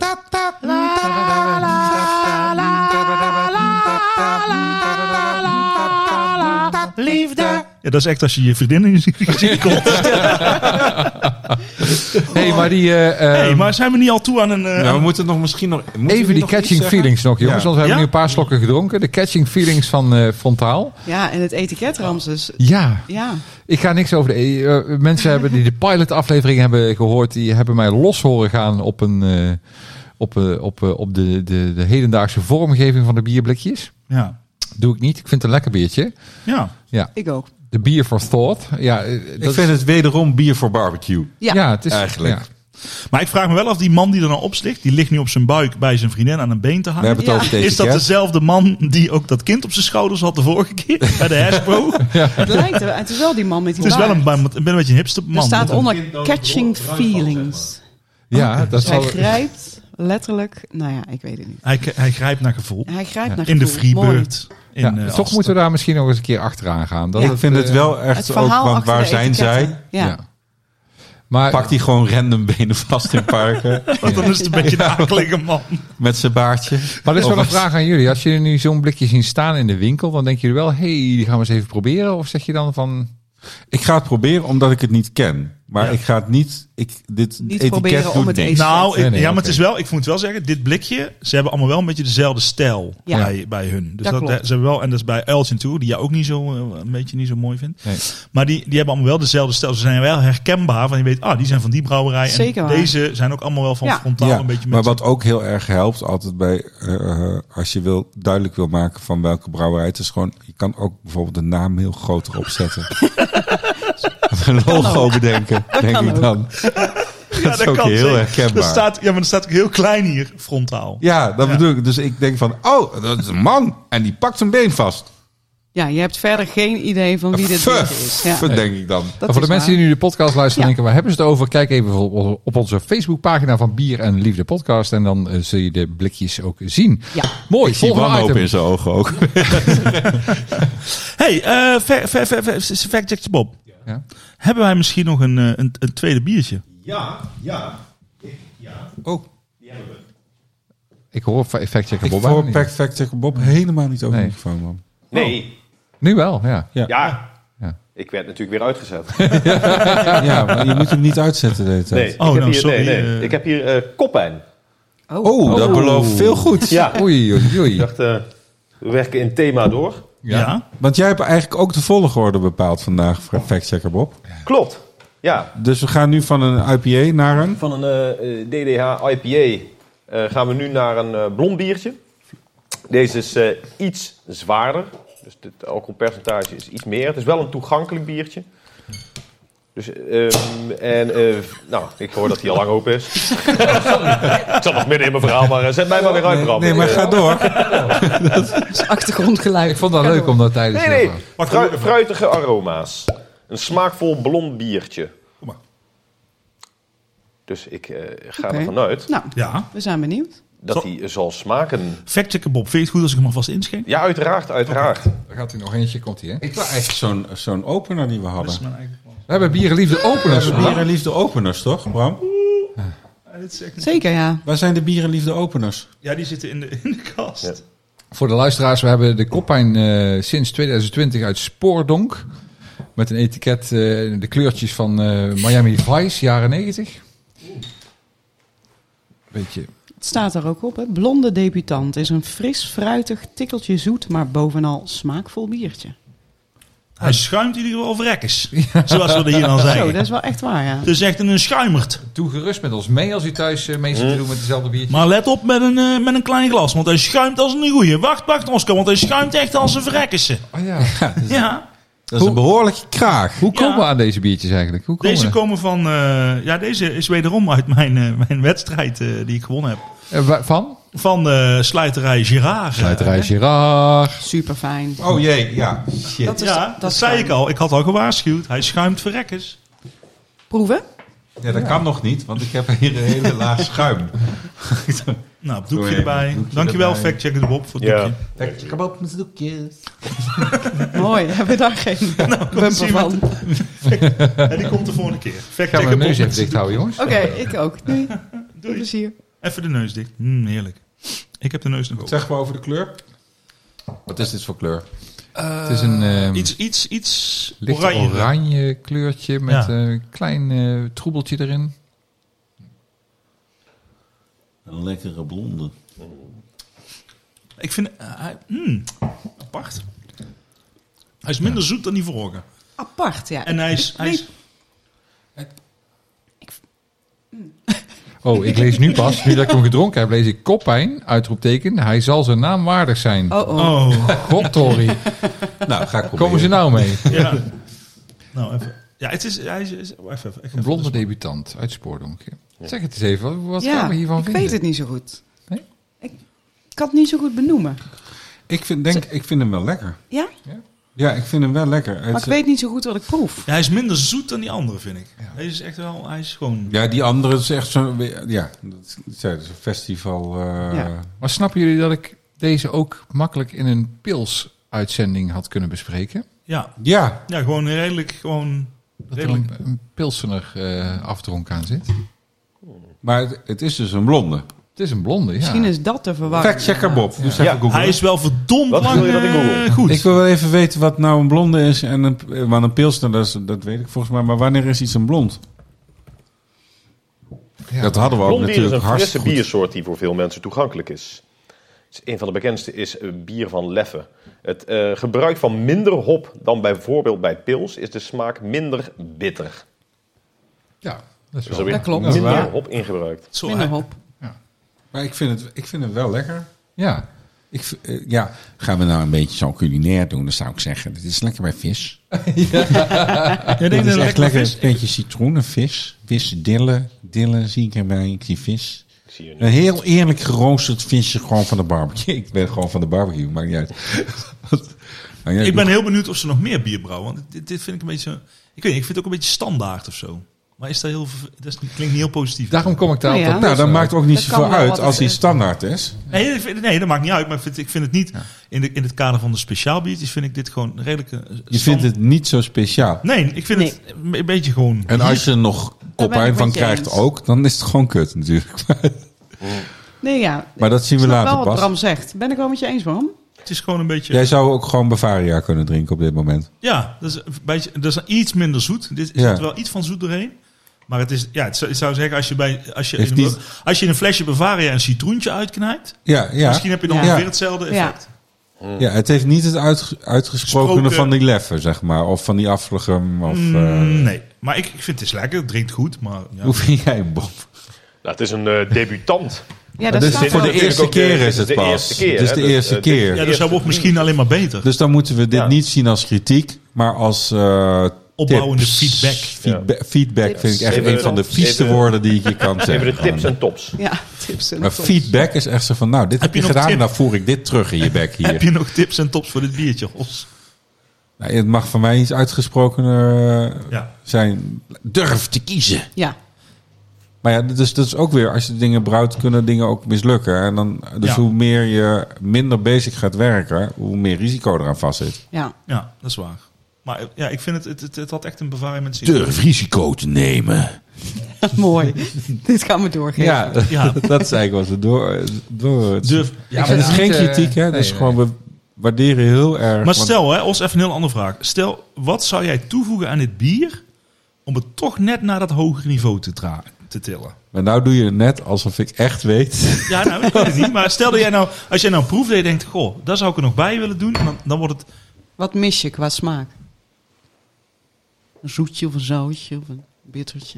Liefde. Ja, dat is echt als je je vriendin in je gezicht komt. hey, maar die... Uh, hey, maar zijn we niet al toe aan een... Uh, ja, we moeten nog misschien nog... Even die catching feelings nog, jongens. Ja. Want we hebben Ja? nu een paar slokken gedronken. De catching feelings van uh, Frontaal. Ja, en het etiket, Ramses. Ja. Ja. Ik ga niks over de... Uh, mensen hebben die de pilot-aflevering hebben gehoord. Die hebben mij los horen gaan op, een, uh, op, uh, op, uh, op de, de, de hedendaagse vormgeving van de bierblikjes. ja. Doe ik niet. Ik vind het een lekker biertje. Ja. Ja. Ik ook. De beer for thought. Ja, uh, Ik dat vind het wederom bier voor barbecue. Ja. Ja, het is Eigenlijk. Ja. Maar ik vraag me wel af, die man die er nou op ligt, die ligt nu op zijn buik bij zijn vriendin aan een been te We hangen. hebben het Ja. over deze Is dat dezelfde man die ook dat kind op zijn schouders had de vorige keer bij de Hasbro? Het lijkt er. Het is wel die man met die Het is wel een, baard. ik ben een beetje een hipster man. Er staat Met een- onder catching feelings. Ja, dat Dus hij zal... grijpt letterlijk... Nou ja, ik weet het niet. Hij, hij grijpt naar gevoel. Hij grijpt naar In de gevoel. Mooi. Freebird. In, Ja, eh, toch Alster. moeten we daar misschien nog eens een keer achteraan gaan. Dat Ja. Ik vind uh, het wel Het echt ook, verhaal want achter waar de zijn etiketten. zij? Ja. Ja. Maar Pakt hij gewoon random benen vast in parken Want dan is het een beetje een akelige man. met zijn baardje. Maar dat is wel Of een vraag aan jullie. Als jullie nu zo'n blikje zien staan in de winkel, dan denken jullie wel, hé, hey, die gaan we eens even proberen. Of zeg je dan van, Ik ga het proberen omdat ik het niet ken. Maar Ja. ik ga het niet... Ik, dit Niet etiket proberen om doet het niks. eten. Nou, ik- Nee, nee, ja, maar oké. het is wel, ik moet wel zeggen, dit blikje, ze hebben allemaal wel een beetje dezelfde stijl Ja. bij, bij hun. Dus Dat dat, klopt. ze hebben wel, en dat is bij Uiltje toe, die jij ook niet zo, eh, een beetje niet zo mooi vindt. nee. Maar die, die hebben allemaal wel dezelfde stijl. Ze zijn wel herkenbaar, van je weet, ah, die zijn van die brouwerij. Zeker en waar. deze zijn ook allemaal wel van Ja. Frontaal Ja, een beetje met maar wat ook heel erg helpt altijd bij... eh, als je wil, duidelijk wil maken van welke brouwerij het is, gewoon... Je kan ook bijvoorbeeld de naam heel groot erop zetten. Een logo bedenken, denk kan ik ook. dan. Dat is ook heel zeker. herkenbaar. Er staat, ja, maar er staat ook heel klein hier, Frontaal. Ja, dat Ja. bedoel ik. Dus ik denk van, oh, dat is een man. En die pakt zijn been vast. Ja, je hebt verder geen idee van wie dit Fuh, biertje is. Ja. fuh, denk ik dan. Dat Maar voor de is mensen waar. die nu de podcast luisteren Ja. en denken, waar hebben ze het over? Kijk even op, op onze Facebookpagina van Bier en Liefde Podcast. En dan uh, zul je de blikjes ook zien. Ja. Mooi, Ik zie volgende wanhoop item. in zijn ogen ook. Hey, eh fa- fa- fa- fa- Fact Check Bob. Ja. Hebben wij misschien nog een, eh, een, een tweede biertje? Ja, ja. Oh, Ik hoor effect checken ik Bob. voor eigenlijk niet. Fact Fact Checker Bob helemaal niet over Nee. de microfoon, man. Nee. Nu wel, ja. Ja. Ja. Ja. Ik werd natuurlijk weer uitgezet. Ja, maar je moet hem niet uitzetten de hele tijd. Nee, Oh, ik, heb nou, hier, sorry, nee, nee. eh. ik heb hier eh, koppijn. Oh, Oh, dat belooft veel goed. Ja. Oei, oei, Ik oei. dacht, eh, we werken in thema door. Ja. Want jij hebt eigenlijk ook de volgorde bepaald vandaag, Fact Checker Bob. Klopt. Ja. Dus we gaan nu van een I P A naar een... Van een eh, eh, D D H I P A eh, gaan we nu naar een eh blond biertje. Deze is eh, iets zwaarder. Dus het alcoholpercentage is iets meer. Het is wel een toegankelijk biertje. Dus, ehm, en, eh, nou, ik hoor dat hij al lang open is. Ik zat nog midden in mijn verhaal, maar eh, zet mij maar weer uit, Bram. Nee, maar Ik, ga eh, door. dat is achtergrondgeluid. Ik vond dat leuk om dat tijdens Nee, nee. te Wacht, Frui- doe- fruitige aroma's. Een smaakvol blond biertje. Kom maar. Dus ik eh, ga Oké. ervan uit Nou, Ja. we zijn benieuwd. dat Zo. hij zal smaken. Fact Checker Bob, vind je het goed als ik hem alvast inschenk? Ja, uiteraard, uiteraard. Daar gaat hij nog eentje, komt hij hè. Ik wil eigenlijk zo'n zo'n opener die we Dat hadden. is mijn eigen plan. We hebben Bierenliefde openers. We hebben bierenliefde openers, toch, Bram? Ja, dit is echt- Zeker, ja. Waar zijn de bierenliefde openers? Ja, die zitten in de, in de kast. Ja. Voor de luisteraars, we hebben de koppijn eh, sinds twintig twintig uit Spoordonk. Met een etiket, eh, de kleurtjes van eh, Miami Vice, jaren negentig. Beetje. Het staat er ook op, hè. Blonde debutant is een fris, fruitig, tikkeltje zoet, maar bovenal smaakvol biertje. Hij schuimt in ieder geval vrekkes. Zoals we er hier dan Zo, zeggen. dat is wel echt waar, ja. Het is echt een schuimert. Doe gerust met ons mee als u thuis eh, mee zit te doen met dezelfde biertjes. Maar let op met een, eh, met een klein glas, want hij schuimt als een goeie. Wacht, wacht Oscar, want hij schuimt echt als een vrekkesse. Oh ja. Ja. Dat is een behoorlijke kraag. Hoe komen Ja. we aan deze biertjes eigenlijk? Hoe komen Deze we? komen van, eh, ja, deze is wederom uit mijn, eh, mijn wedstrijd eh, die ik gewonnen heb. Eh, wa- van? Van de sluiterij Girard. Sluiterij Girard. Super fijn. Oh jee, ja. Shit. Dat is, Ja, dat, is zei fijn. ik al. Ik had al gewaarschuwd. Hij schuimt verrekkers. Proeven? Ja, dat kan nog niet, want ik heb hier een hele laag schuim. Nou, Doe doekje even, erbij. doekje Dankjewel, erbij. factchecker de Bob, voor het Ja. doekje. Kebab met doekjes. Mooi, hebben we daar geen bumper zie je van. En die komt de volgende keer. Ik ga Factchecker mijn Bob neus met even dicht houden, jongens. Oké, ik ook. Doei. Veel plezier. Even de neus dicht. Mm, heerlijk. Ik heb de neus nog Wat open. zeggen we over de kleur? Wat is dit voor kleur? Uh, Het is een um, iets, iets, iets licht oranje. oranje kleurtje met Ja. een klein uh, troebeltje erin. Een lekkere blonde. Ik vind... Uh, hij, mm, apart. Hij is minder zoet dan die vorige. Apart, ja. En hij is... Ik Hij is Oh, ik lees nu pas, nu dat ik hem gedronken heb, lees ik koppijn, uitroepteken. Hij zal zijn naam waardig zijn. Oh, oh. oh. Godtorie. Nou, ga ik proberen. Komen ze nou mee? Ja. Nou, even. Ja, het is... Hij is, is even, even, ik ga Een blonde even- debutant uit Spoordonk. Zeg het eens even, wat, wat Ja, gaan we hiervan ik vinden? weet het niet zo goed. Nee? Ik, ik kan het niet zo goed benoemen. Ik vind, denk, ik vind hem wel lekker. Ja? Ja, ik vind hem wel lekker. Maar ik weet niet zo goed wat ik proef. Ja, hij is minder zoet dan die andere, vind ik. Deze is echt wel... Hij is gewoon... Ja, die andere is echt zo'n... Ja, dat is een festival... Uh, Ja. Maar snappen jullie dat ik deze ook makkelijk in een pils-uitzending had kunnen bespreken? Ja. Ja, Ja, gewoon redelijk... Gewoon Dat er redelijk... een, een pilsener uh, afdronk aan zit. maar het, het is dus een blonde. Het is een blonde, ja. Misschien is dat de verwarring. Factchecker Bob. Dus Ja. even googlen. Hij is wel verdomd Wat lang wil je dat ik eh, google? goed. Ik wil wel even weten wat nou een blonde is en een, want een pilsner, dat, is, dat weet ik volgens mij. Maar wanneer is iets een blond? Ja. Dat hadden we ook Blond bier is natuurlijk een frisse hartstikke goed. biersoort die voor veel mensen toegankelijk is. Een van de bekendste is uh, bier van Leffe. Het uh, gebruik van minder hop dan bijvoorbeeld bij pils is de smaak minder bitter. Ja, dat is Dus wel. er weer Dat klopt. minder Ja. hop ingebruikt. Zo, Minder hij- hop. Maar ik vind, het, ik vind het wel lekker. Ja. Ik, v- eh, ja, gaan we nou een beetje zo culinair doen, dan zou ik zeggen, dit is lekker bij vis. Ja, Dit denk is dat echt lekker, vis. een beetje citroen en vis. Vis, dillen, dillen zie ik erbij, ik zie vis. Ik zie je nu. Een heel eerlijk geroosterd visje gewoon van de barbecue. Ik ben gewoon van de barbecue, maakt niet uit. Maar ja, Ik ben heel benieuwd of ze nog meer bier brouwen. Want dit, dit vind ik een beetje... Ik weet niet, ik vind het ook een beetje standaard of zo. Maar is dat heel... ver- Dat is, klinkt niet heel positief. Daarom kom ik daar Nou ja. altijd Nou, dat maakt ook niet Dat kan zoveel wel uit wat als het die is. standaard is. Nee, ik vind- nee, dat maakt niet uit. Maar ik vind, ik vind het niet... In, de, in het kader van de speciaal biertjes vind ik dit gewoon redelijk... eh, Je vindt het niet zo speciaal. Nee, ik vind Nee. het een beetje gewoon... En als je er nog koppijn ik van met je krijgt eens. ook, dan is het gewoon kut natuurlijk. Nee, ja. Maar dat zien we Ik snap later wel wat pas. Bram zegt. Ben ik wel met je eens, Bram? Het is gewoon een beetje... Jij zou ook gewoon Bavaria kunnen drinken op dit moment. Ja, dat is, een beetje, dat is iets minder zoet. Dit is Ja. er wel iets van zoet doorheen. Maar het is, ja, het zou, ik zou zeggen, als je, bij, als, je Heeft in een, die- als je in een flesje Bavaria een citroentje uitknijpt, Ja, ja. misschien heb je dan Ja. ongeveer hetzelfde effect. Ja, het heeft niet het uitge- uitgesprokene Gesproken- van die leffen, zeg maar. Of van die afvlugum. Of, Mm, eh, nee, maar ik, ik vind het is lekker. Het drinkt goed, maar ja. Hoe vind jij hem, Bob? Nou, het is een uh, debutant. Ja, dat Dus staat voor wel. de natuurlijk eerste ook de- keer dit is het de pas. eerste keer, Het is hè, de dus, eerste eh, keer. Ja, dus eerste dat wordt misschien alleen maar beter. Dus dan moeten we dit Ja. niet zien als kritiek, maar als eh Opbouwende tips. feedback. Feedback, feedback vind ik echt Even- een van de vieste even- woorden die ik je kan zeggen. Even de tips en tops. Ja, tips en Maar tops. feedback is echt zo van, nou, dit heb, je je nog gedaan, tip? dan voer ik dit terug in je bek hier. Heb je nog tips en tops voor dit biertje, Os? Nou, het mag van mij iets uitgesprokener eh, Ja. zijn. Durf te kiezen. Ja, Maar ja, dus dat is ook weer, als je dingen brouwt, kunnen dingen ook mislukken. En dan, dus Ja. hoe meer je minder bezig gaat werken, hoe meer risico eraan vastzit. ja. Ja, dat is waar. Maar eh, ja, ik vind het, het, het, het had echt een Bavaria met citroen. Durf risico te nemen. Mooi. Dit gaan we doorgeven. Ja, Ja. dat is eigenlijk wat we door... door Durf. ja, Ik maar dat is vind geen het niet, eh, kritiek, hè. nee, dus nee. gewoon, we waarderen heel erg... Maar want- stel, hè, Os, even een heel andere vraag. Stel, wat zou jij toevoegen aan dit bier om het toch net naar dat hogere niveau te, tra- te tillen? Maar nou doe je het net alsof ik echt weet. Ja, nou, ik weet het niet. Maar stel dat jij nou, als jij nou proeft en je denkt, goh, daar zou ik er nog bij willen doen. En dan, dan wordt het... Wat mis je qua smaak? Een zoetje of een zoutje of een bittertje?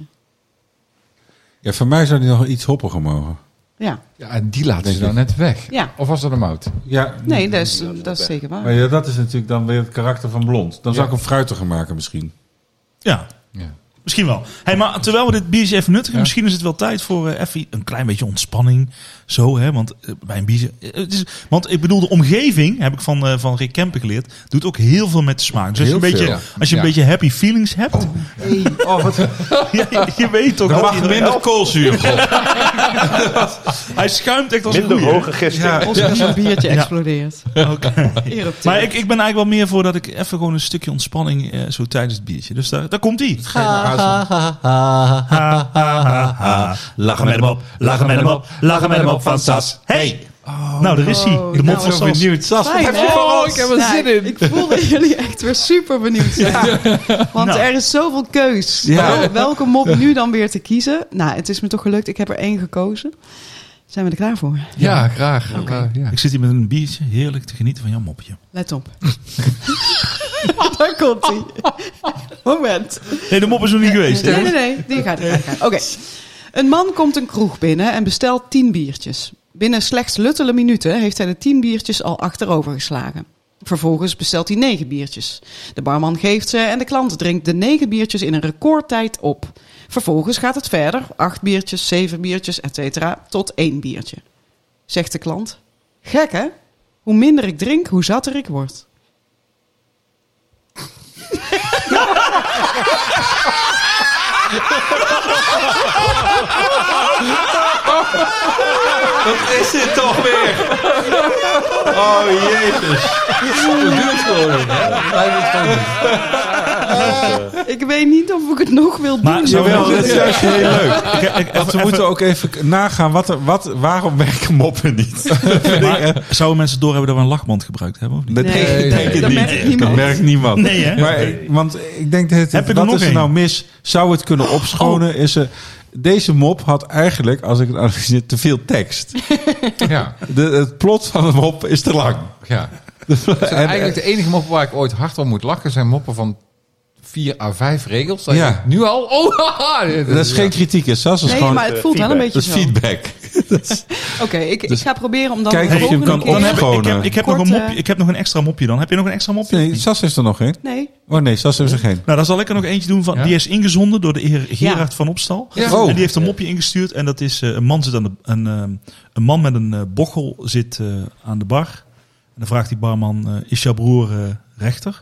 Ja, voor mij zou die nog iets hoppiger mogen. Ja, Ja, en die laten Denk ze dan ik. net weg. Ja. Of was dat een mout? Ja, nee, dat is, dat is zeker maar waar. ja, dat is natuurlijk dan weer het karakter van blond. Dan zou ik hem fruitiger maken misschien. Ja, Ja. misschien wel. Hey, maar terwijl we dit biertje even nuttigen, Ja. misschien is het wel tijd voor eh, even een klein beetje ontspanning. Zo, hè, want eh, bij een biertje... eh, het is, want ik bedoel, de omgeving, heb ik van, eh, van Rick Kempen geleerd, doet ook heel veel met de smaak. Dus als je Heel een beetje, veel. als je een Ja. beetje happy feelings hebt, Oh, wat... je, je weet toch Dan dat mag hij, minder koolzuur. hij schuimt echt als een Minder goeie. hoge gisting. Ja. Ons nieuw biertje explodeert. Oké. Hier op Maar ik, ik ben eigenlijk wel meer voor dat ik even gewoon een stukje ontspanning eh, zo tijdens het biertje. Dus daar, daar komt ie. Lachen met hem op, lachen met hem op, lachen met hem op van Sas. Hey! Oh, nou, daar is hij. Oh, De mop nou, van Zo Sas. benieuwd. Sas, Fijn, wat heb hè? je voor Oh, ons? ik heb er zin in. Ik voel dat jullie echt weer super benieuwd zijn. Want Nou. er is zoveel keus. Ja. Wel- welke mop nu dan weer te kiezen? Nou, het is me toch gelukt. Ik heb er één gekozen. Zijn we er klaar voor? Ja, graag. Uh, ja. Ik zit hier met een biertje heerlijk te genieten van jouw mopje. Let op. Daar komt hij. Moment. Nee, de mop is nog niet geweest. Nee, hè? nee, nee. Die gaat, die gaat. die gaat. Oké. Een man komt een kroeg binnen en bestelt tien biertjes. Binnen slechts luttele minuten heeft hij de tien biertjes al achterover geslagen. Vervolgens bestelt hij negen biertjes. De barman geeft ze en de klant drinkt de negen biertjes in een recordtijd op. Vervolgens gaat het verder. Acht biertjes, zeven biertjes, et cetera, tot één biertje. Zegt de klant. Gek, hè? Hoe minder ik drink, hoe zatter ik word. Wat is dit toch weer? Oh, jezus. Doe het gewoon niet. hè. Blijf het gewoon doen. Ik weet niet of ik het nog wil doen. Maar zou Jawel, wel- dat is juist heel leuk. Ik, ik, Want we even- moeten ook even nagaan, wat er, wat, waarom werken moppen niet? maar, zouden mensen doorhebben dat we een lachband gebruikt hebben? Of niet? Dat Nee, denk ik nee, denk het dat niet. merkt niemand. Dat merkt niemand. Nee, hè? Maar, ik- want ik denk dat het, Heb ik er wat nog is er één? nou mis? Zou het kunnen opschonen? Is er, deze mop had eigenlijk, als ik het analyseer, te veel tekst. Ja, De, het plot van de mop is te lang. ja. En eigenlijk de enige moppen waar ik ooit hard om moet lachen zijn moppen van vier à vijf regels. Dat Ja. ik nu al. Oh, haha. Dat is geen kritiek, hè, Sas? Dat is Nee, gewoon maar het voelt wel een dat beetje is zo. feedback. Oké, ik, ik ga proberen om dan Kijk de of je hem volgende kan keer... Dan heb ik, ik, opschonen. heb, ik, heb Kort, nog een mopje, eh, ik heb nog een extra mopje dan. Heb je nog een extra mopje? Nee, Sas heeft er nog geen. Nee. Oh nee, Sas heeft er geen. Nou, dan zal ik er nog eentje doen. Van, Ja? Die is ingezonden door de heer Gerard van Opstal. Ja. Oh. En die heeft een mopje ingestuurd. En dat is, uh, een man zit aan de, een, uh, een man met een uh, bochel zit uh, aan de bar. En dan vraagt die barman, uh, is jouw broer uh, rechter?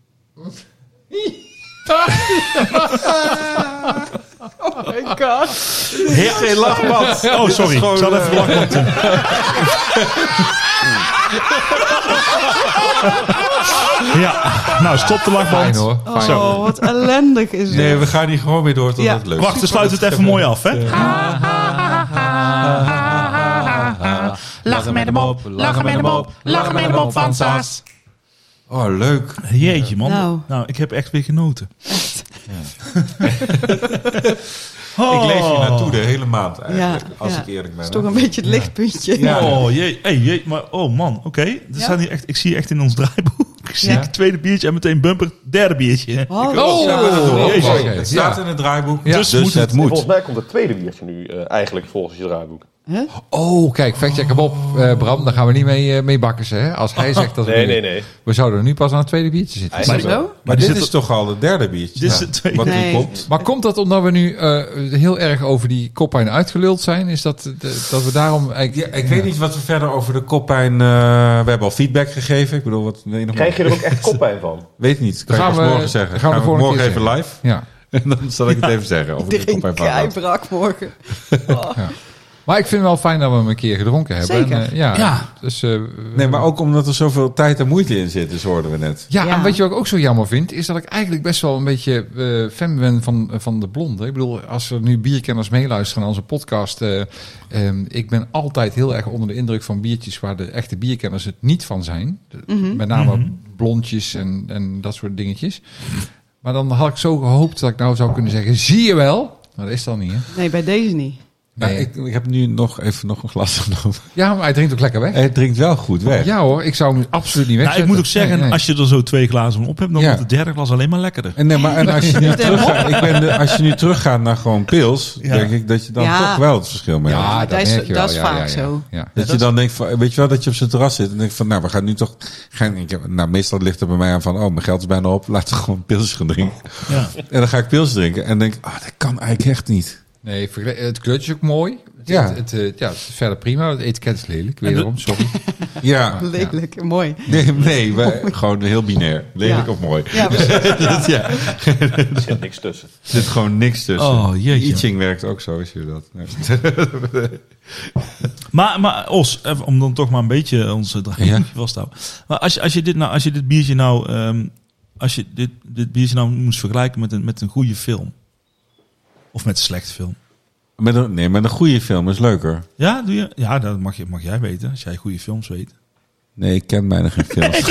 Oh my god. Heer, geen lachband. Oh, sorry. Ik zal even lachband doen. Ja, nou stop de lachband. Fijn hoor. Fijn. Oh, wat ellendig is dit. Nee, we gaan hier gewoon weer door tot Ja. het leuk is. Wacht, we sluiten het even mooi af, hè? Lachen met hem op, lachen met hem op, lachen met hem op van Sas. Oh, leuk. Jeetje, man. Nou. Nou. ik heb echt weer genoten. Ik lees hier naartoe de hele maand eigenlijk, Ja, als ja. ik eerlijk ben. Dat is toch een beetje het lichtpuntje. Ja. Oh, jee, hey, jee, maar oh man, oké. Er Ja. staan hier echt, ik zie echt in ons draaiboek, ik zie Ja. ik het tweede biertje en meteen bumper, derde biertje. Oh, Oh, Jezus. oké. Het staat Ja. in het draaiboek, Ja. dus, Dus moet het het- moet. Volgens mij komt het tweede biertje nu eh, eigenlijk volgens je draaiboek. Oh, kijk, factcheck hem op, eh, Bram. Daar gaan we niet mee, eh, mee bakken, hè? Als hij zegt dat we, Nee, nu- nee, nee. we zouden nu pas aan het tweede biertje zitten. Eigenlijk Zo? wel. Maar die dit zit is toch al het derde biertje? Dit is Ja. het tweede. Wat nu Nee. komt. Maar komt dat omdat we nu eh, heel erg over die koppijn uitgeluld zijn? Is dat, de- dat we daarom... Ja, eigenlijk- ik weet niet wat we verder over de koppijn... uh, we hebben al feedback gegeven. Ik bedoel, wat... Nee, nog Krijg je er ook echt koppijn van? Weet niet. Kan Gaan je pas we- morgen zeggen. gaan we Gaan we volgende morgen keer even live? Ja. En dan zal ik het even zeggen. Of ik er Drink koppijn van had. keibrak morgen. Oh. Maar ik vind het wel fijn dat we hem een keer gedronken hebben. Zeker. En, eh, ja. Ja. Dus, eh, Nee, maar ook omdat er zoveel tijd en moeite in zit, dus hoorden we net. Ja, Ja. en weet je wat ik ook zo jammer vind? Is dat ik eigenlijk best wel een beetje eh, fan ben van, van de blonde. Ik bedoel, als er nu bierkenners meeluisteren naar onze podcast. eh, ehm, ik ben altijd heel erg onder de indruk van biertjes waar de echte bierkenners het niet van zijn. De- Met name Mhm. blondjes en, en dat soort dingetjes. Maar dan had ik zo gehoopt dat ik nou zou kunnen zeggen, zie je wel? Maar dat is dan niet, hè? Nee, bij deze niet. Nou, Nee. ik, ik heb nu nog even nog een glas genomen. Ja, maar hij drinkt ook lekker weg. Hij drinkt wel goed weg. Ja hoor, ik zou hem absoluut niet Nou, wegzetten. ik moet ook zeggen, Nee, nee. als je er zo twee glazen van op hebt, dan Ja. wordt het derde glas alleen maar lekkerder. En, nee, maar, en als je nu teruggaat, ik ben de, als je nu teruggaat naar gewoon pils, Ja. denk ik dat je dan Ja. toch wel het verschil mee hebt. Ja, dat dat, is- merk je dat wel. is Ja, vaak ja, ja. zo. Ja. Dat je dan denkt van, weet je wel, dat je op zijn terras zit en denkt van, nou, we gaan nu toch, gaan, ik heb, nou, meestal ligt er bij mij aan van, oh, mijn geld is bijna op, laten we gewoon pils gaan drinken. Ja. En dan ga ik pils drinken en denk, ah, dat kan eigenlijk echt niet. Nee, vergle- het kleurtje is ook mooi. Het, Ja. het, het, eh, ja, het is verder prima. Het etiket is lelijk. Wederom, sorry. Ja, Lelijk, mooi. nee, nee we, gewoon heel binair. Lelijk Ja. of mooi. Ja, precies. Ja. Er zit niks tussen. Er zit gewoon niks tussen. Oh, jeetje. Itching werkt ook zo, als je dat. Nee. Maar, maar Os, even om dan toch maar een beetje onze draaiboekje Ja. vast te houden. Maar als je, als je dit nou, als je dit biertje nou, ehm, als je dit, dit biertje nou moest vergelijken met een, met een goede film. Of met een slechte film. Met een, nee, met een goede film is leuker. Ja, doe je? Ja, dat mag, je, mag jij weten, als jij goede films weet. Nee, ik ken bijna geen films.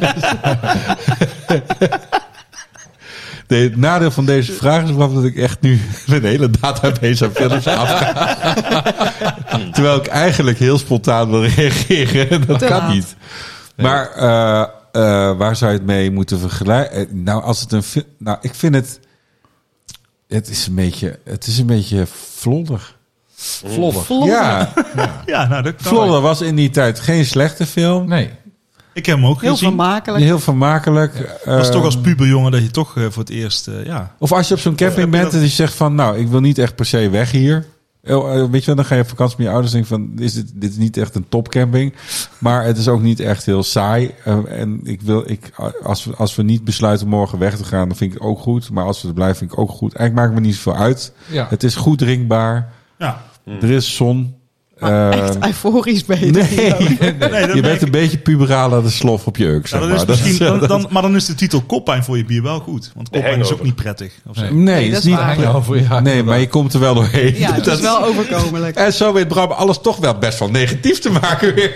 Nee, het nadeel van deze vraag is dat ik echt nu een hele database aan films afga. Terwijl ik eigenlijk heel spontaan wil reageren. Dat Te kan laat. niet. Maar uh, uh, waar zou je het mee moeten vergelijken? Nou, als het een film... Nou, ik vind het... Het is een beetje... Het is een beetje vlodder. Vlodder. Ja, Ja, nou, dat kan. Vlodder was in die tijd geen slechte film. Nee. Ik heb hem ook Heel gezien. vermakelijk. Heel vermakelijk. Dat was Uh, toch als puberjongen dat je toch uh, voor het eerst... Uh, ja. Of als je op zo'n camping heb je bent dat- en je zegt van... Nou, ik wil niet echt per se weg hier. Oh, uh, weet je wel, dan ga je op vakantie met je ouders en denk van... Is dit, dit is niet echt een topcamping. Maar het is ook niet echt heel saai. Uh, en ik wil, ik, als, we, als we niet besluiten morgen weg te gaan... dan vind ik het ook goed. Maar als we er blijven, vind ik ook goed. Eigenlijk maakt me niet zoveel uit. Ja. Het is goed drinkbaar. Ja. Er is zon. Maar Uh, echt euforisch ben je. nee, Nee, dat je merk bent ik. een beetje puberaal aan de slof op je uk, zeg Nou, dat is maar. Dat misschien, is- dan, dan, maar dan is de titel koppijn voor je bier wel goed. Want koppijn is ook hangover. niet prettig. Of zo. Nee. Nee, Nee, het dat is is niet... waar. Hangover, ja. Nee, maar je komt er wel doorheen. Ja, het Dat is wel overkomelijk. En zo weet Bram alles toch wel best wel negatief te maken weer.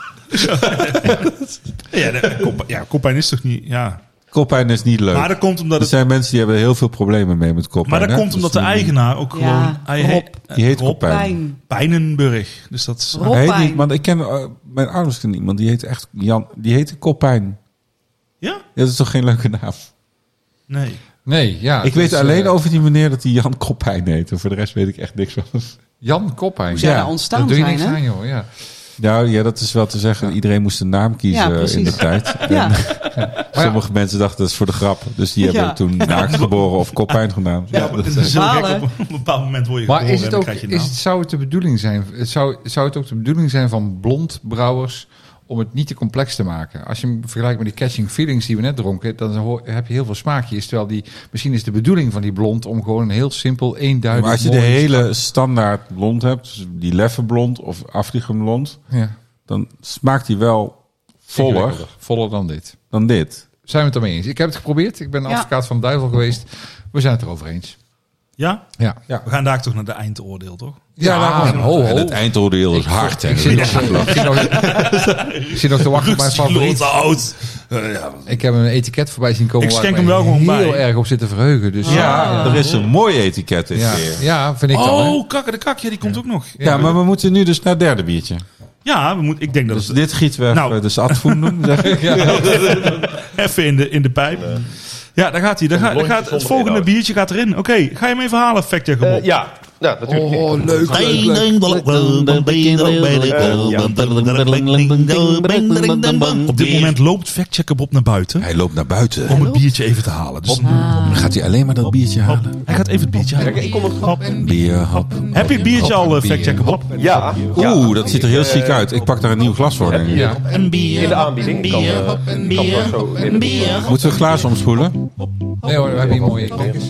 Ja, de, kop, ja, koppijn is toch niet... Ja. Koppijn is niet leuk. Maar dat komt omdat er het... zijn mensen die hebben heel veel problemen mee met koppijn. Maar dat hè? komt omdat Dus de die- eigenaar ook Ja, gewoon... Hij Rob. he- Die heet Rob Koppijn. Pijn. Pijnenburg. Dus dat is... Rob Hij heet Pijn. niet, want ik ken uh, mijn ouders kennen iemand die heet echt Jan. Die heette Koppijn. Ja? Ja, dat is toch geen leuke naam? Nee. Nee, ja. Ik weet dus, alleen eh, over die meneer dat hij Jan Koppijn heet. En voor de rest weet ik echt niks van. Jan Koppijn. Hoe zij Ja, daar ontstaan Daar doe je zijn, niks hè? aan, joh. Ja. Nou ja, dat is wel te zeggen. Iedereen moest een naam Ja, kiezen precies. in de tijd. Ja. Sommige mensen dachten dat is voor de grap. Dus die Ja. hebben toen naakt geboren of Koppijn gedaan. Ja, maar het is heel gek. Balen. Op een bepaald moment word je Maar geboren is het en dan ook, krijg je een is naam. het, zou het de bedoeling zijn, het zou, zou het ook de bedoeling zijn van blond brouwers om het niet te complex te maken? Als je hem vergelijkt met die catching feelings die we net dronken, dan hoor- heb je heel veel smaakjes. Terwijl die, misschien is de bedoeling van die blond om gewoon een heel simpel, eenduidig... Maar als je de mooi- hele standaard blond hebt, dus die leffenblond of Afrikaanblond, Ja, dan smaakt die wel voller ingewikkelder. Voller dan dit. dan dit. Zijn we het ermee eens? Ik heb het geprobeerd. Ik ben Ja. advocaat van de duivel geweest. We zijn het erover eens. Ja? Ja. Ja. We gaan daar toch naar de eindoordeel, toch? Ja, daarom. ho, ho. En het eindoordeel is hard. hè. Ik zit, nog, ik, zit nog, ik zit nog te wachten op mijn favoriet. oud. Uh, ja. Ik heb een etiket voorbij zien komen Ik waar schenk ik me hem wel gewoon heel bij. erg op zit te verheugen. Dus Ja, er is een mooi etiket dit ja, keer. ja, vind ik dan. hè. Oh, kakker de kak, ja, die komt ook nog. Ja, maar we moeten nu dus naar het derde biertje. Ja, we moet, ik denk dat Dus het dit gieten we Nou. even de Zatvoen doen, zeg ik. even in de, in de pijp. Ja, daar gaat hij. Daar Een gaat, daar blondje gaat, het zonder volgende inhoud. biertje gaat erin. Oké, ga je hem even halen, Factje Bob? Eh, ja, ja, natuurlijk. Oh, leuk, leuk, leuk. Op dit moment loopt Factchecker Bob naar buiten Hij loopt naar buiten. om het biertje even te halen. Dus Dan gaat hij alleen maar dat biertje halen. hij gaat even het biertje halen. Ik kom er Hop. Bier, hap. Heb je het biertje al, uh, Factchecker Bob? Ja, ja. Oeh, dat ziet er heel chic uit. Ik pak daar een nieuw glas voor. denk ik. Ja. In de aanbieding. Ik kan, eh, ik kan wel zo in de- Moeten we glazen omspoelen? Nee hoor, we hebben hier mooie kijkers.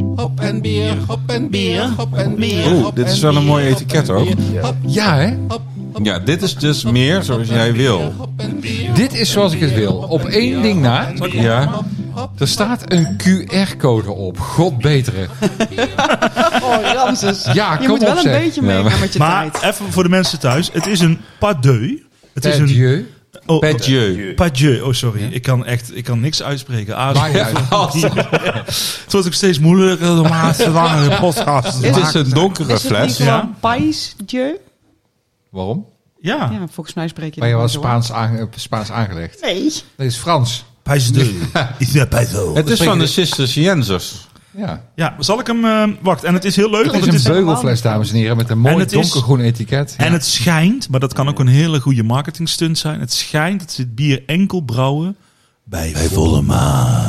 Oeh, dit is wel een mooi etiket ook. Ja, hè? Ja, dit is dus meer zoals jij wil. Dit is zoals ik het wil. Op één ding na. Ja. Er staat een Q R-code op. God betere. Oh, Ramses. Ja, je kom moet wel op, een zeg. beetje Ja, meegaan maar- met je Maar tijd. even voor de mensen thuis. Het is een pas deux. Het is een... Dieu. Oh, Petje. pas deux. Oh, sorry. Ik kan echt ik kan niks uitspreken. Ah, Maakt niet uit. het wordt ook steeds moeilijker de laatste lange podcast. Het is een donkere Is het niet fles. gewoon Pais Dieu? Waarom? Ja. Ja, volgens mij spreek je Ben je dat wel zo Spaans, aange- Spaans aangelegd? uit. Nee. Dat is Frans. Pas deux. Is dat pas deux. Het is van de Sisters Jensers. Ja. Ja, zal ik hem... eh wacht, en het is heel leuk, Het want is het een is... beugelfles, dames en heren, met een En mooi het is- donkergroen etiket. En het schijnt, maar dat kan ook een hele goede marketingstunt zijn. Het schijnt dat ze het bier enkel brouwen bij, bij volle maan.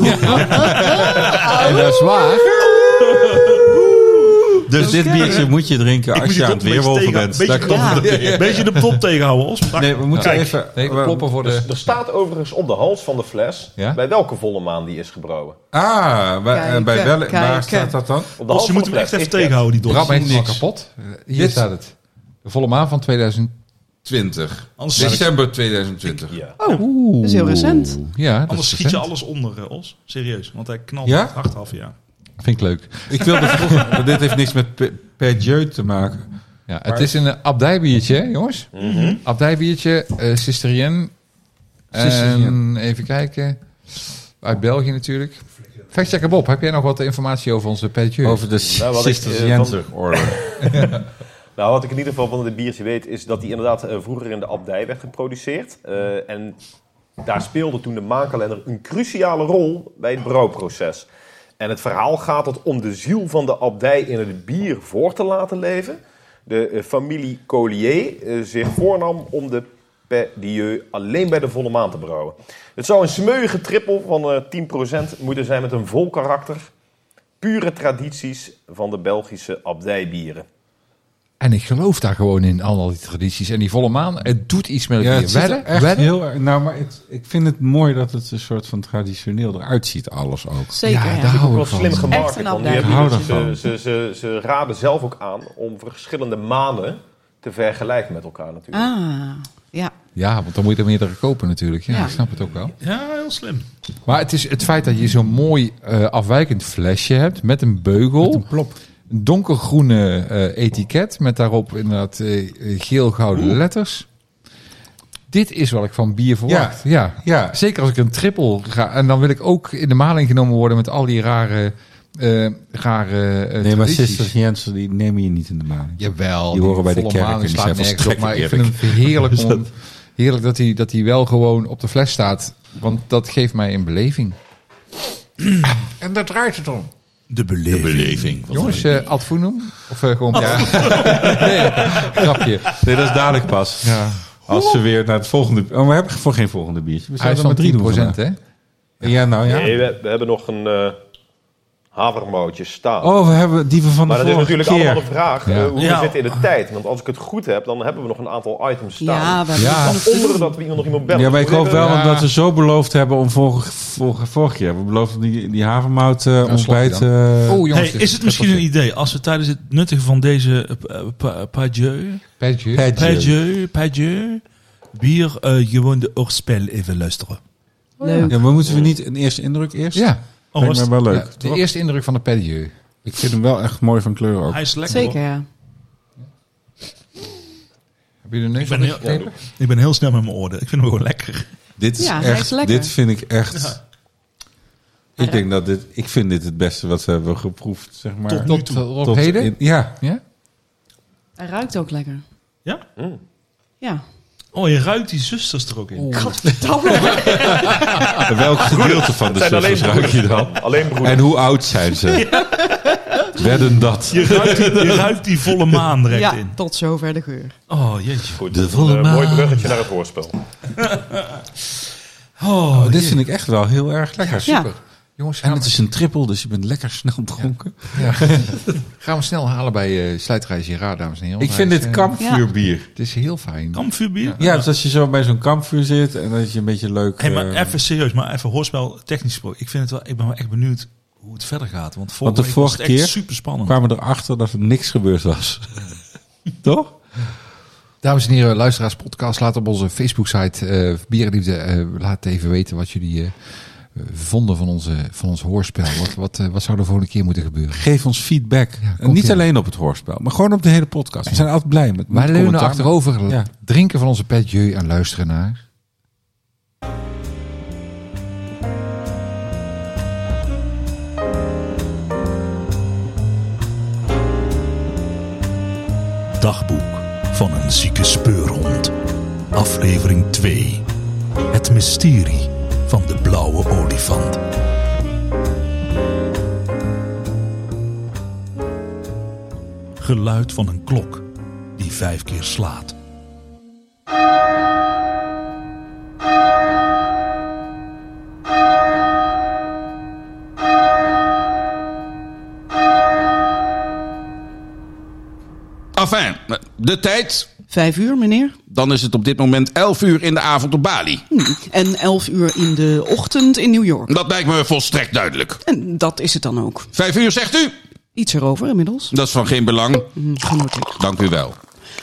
En dat is waar. Dus dit biertje moet je drinken als je aan het weerwolven bent. Daar Beetje, komt het ja. beetje de top tegenhouden, Os. Nee, we moeten Kijk. even... Nee, we kloppen voor de... Er staat overigens op de hals van de fles Ja? bij welke volle maan die is gebrouwen. Ah, bij, Kijken, bij welke... Waar kijken. staat dat dan? Op de Os, hals je van moet de hem echt fles even is tegenhouden, die dop. Bram heeft hem al niks. kapot. Uh, Hier Dit- staat het. De volle maan van tweeduizend... twintig. Anders, December tweeduizend twintig. Ja. Oh, dat is heel recent. Ja, dat anders is schiet je recent. alles onder, eh, Os. Serieus, want hij knalt Ja? het hard af, ja. Vind ik leuk. Ik wilde vroeger... maar dit heeft niks met pi- Perdjeu te maken. Ja, het is een abdijbiertje, hè, jongens. Mm-hmm. Abdijbiertje, uh, Cisterien. En Cisterien. even kijken. Uit België natuurlijk. Factchecker Bob, heb jij nog wat informatie over onze Perdjeu? Over de Nou, wat ik, Cisterciënzer eh, orde. Nou, wat ik in ieder geval van dit biertje weet, is dat die inderdaad uh, vroeger in de abdij werd geproduceerd. Uh, en daar speelde toen de maankalender een cruciale rol bij het brouwproces. En het verhaal gaat dat om de ziel van de abdij in het bier voor te laten leven, de uh, familie Collier uh, zich voornam om de Perdjeu alleen bij de volle maan te brouwen. Het zou een smeuïge trippel van uh, tien procent moeten zijn met een vol karakter. Pure tradities van de Belgische abdijbieren. En ik geloof daar gewoon in, al die tradities. En die volle maan, het doet iets met het Ja, bier. het ziet er Wedden? echt Wedden? heel erg... Nou, maar het, ik vind het mooi dat het een soort van traditioneel eruit ziet, alles ook. Zeker, Ja, ja. daar hou Wel ik van. slim Echt gemarket. een Want die abdij. hebben Ik hou dus- daarvan. ze, ze, ze, ze raden zelf ook aan om verschillende manen te vergelijken met elkaar natuurlijk. Ah, ja. Ja, want dan moet je er meerdere kopen natuurlijk. Ja, Ja. ik snap het ook wel. Ja, heel slim. Maar het is het feit dat je zo'n mooi uh, afwijkend flesje hebt met een beugel. Met een plop. Een donkergroene uh, etiket met daarop inderdaad uh, geel-gouden letters. Dit is wat ik van bier verwacht. Ja. Ja. Zeker als ik een triple ga. En dan wil ik ook in de maling genomen worden met al die rare, uh, rare uh, Nee, maar tradities. Sister Jensen, die nemen je niet in de maan. Jawel, Die horen bij de volle kerk maan en die slaat zijn nergens op. volstrekt Maar ik eerlijk. vind het heerlijk, om, heerlijk dat hij dat hij wel gewoon op de fles staat. Want dat geeft mij een beleving. En daar draait het om. De beleving. Jongens, uh, ad funum? Of uh, gewoon... Ja. nee, grapje. Nee, dat is dadelijk pas. Ja. Als ze weer naar het volgende... Oh, we hebben voor geen volgende biertje. We Hij is zouden van er maar tien drie doen procent, hè? vandaag. Ja, nou ja. Nee, we, we hebben nog een uh, havermoutje staan. Oh, we hebben die van de maar dat is vorige natuurlijk keer. allemaal de vraag Ja. uh, hoe Ja. we zitten in de tijd. Want als ik het goed heb, dan hebben we nog een aantal items staan. Ja, we hebben Ja. nog genoeg te Zonder doen. dat we iemand nog iemand bellen. Ja, maar ik Dus we hoop wel even- Ja. dat we zo beloofd hebben om vorige, vorige, vorige keer. We beloofden die, die havermout uh, een ontbijt. slokje eh, Oh, jongens, Hey, dit is het misschien een trippeltje. idee als we tijdens het nuttigen van deze uh, pa- Perdjeu, Perdjeu. Perdjeu, Perdjeu, bier uh, gewoon de oorspel even luisteren? Leuk. ja, maar moeten we niet een eerste indruk eerst? Ja, Oh, Lijkt was me het- wel leuk. ja, de toch? eerste indruk van de Perdjeu. Ik vind hem wel echt mooi van kleur ook. Hij is lekker. Zeker, hoor. ja. Heb je er neus Ik ben, op heel, geknepen? ik ben heel snel met mijn orde. Ik vind hem gewoon lekker. Dit is Ja, hij echt. is lekker. Dit vind ik echt. Ik denk dat dit. Ik vind dit het beste wat we hebben geproefd, zeg maar. Tot nu Tot, toe. tot, Tot heden? in- ja. Ja? Hij ruikt ook lekker. Ja? Ja. Oh, je ruikt die zusters er ook in. Gadverdamme. Welk gedeelte van de Het zijn alleen zusters ruik je broeders dan? dan. Alleen broeders. En hoe oud zijn ze? Wedden dat. Je ruikt, die, je ruikt die volle maan direct Ja, in. tot zover de geur. Oh, jeetje. Goed, De een, volle uh, maan. mooi bruggetje naar het hoorspel. Oh, Dit vind ik echt wel heel erg lekker. Ja. Super. Jongens, En gaan het is een triple, dus je bent lekker snel dronken. we, ja. gaan we snel halen bij uh, Sluitreis Gerard, dames en heren. Ik Want vind hij dit is, uh, kampvuurbier. Het is heel fijn. kampvuurbier? Ja, dus als je zo bij zo'n kampvuur zit en dat je een beetje leuk... Hey, maar eh, even serieus, maar even hoorspel technisch gesproken. Ik vind het wel, ik ben wel echt benieuwd hoe het verder gaat. Want vorige, Want de week vorige was het echt keer super spannend. kwamen we erachter dat er niks gebeurd was. Toch? Dames en heren, luisteraars podcast. Laat op onze Facebook-site uh, Bierenliefde uh, laat even weten wat jullie uh, vonden van, onze, van ons hoorspel. Wat, wat, uh, wat zou er volgende keer moeten gebeuren? Geef ons feedback. Ja, en niet kom alleen op het hoorspel, maar gewoon op de hele podcast. We zijn altijd blij met Wij met leunen commentaar. achterover, Ja. drinken van onze Perdjeu en luisteren naar... Dagboek van een zieke speurhond. Aflevering twee. Het mysterie van de blauwe olifant. Geluid van een klok die vijf keer slaat. Enfin, de tijd. Vijf uur, meneer. Dan is het op dit moment elf uur in de avond op Bali. En elf uur in de ochtend in New York. Dat lijkt me volstrekt duidelijk. En dat is het dan ook. Vijf uur, zegt u? Iets erover inmiddels. Dat is van geen belang. Hm, Genoteerd. Dank u wel.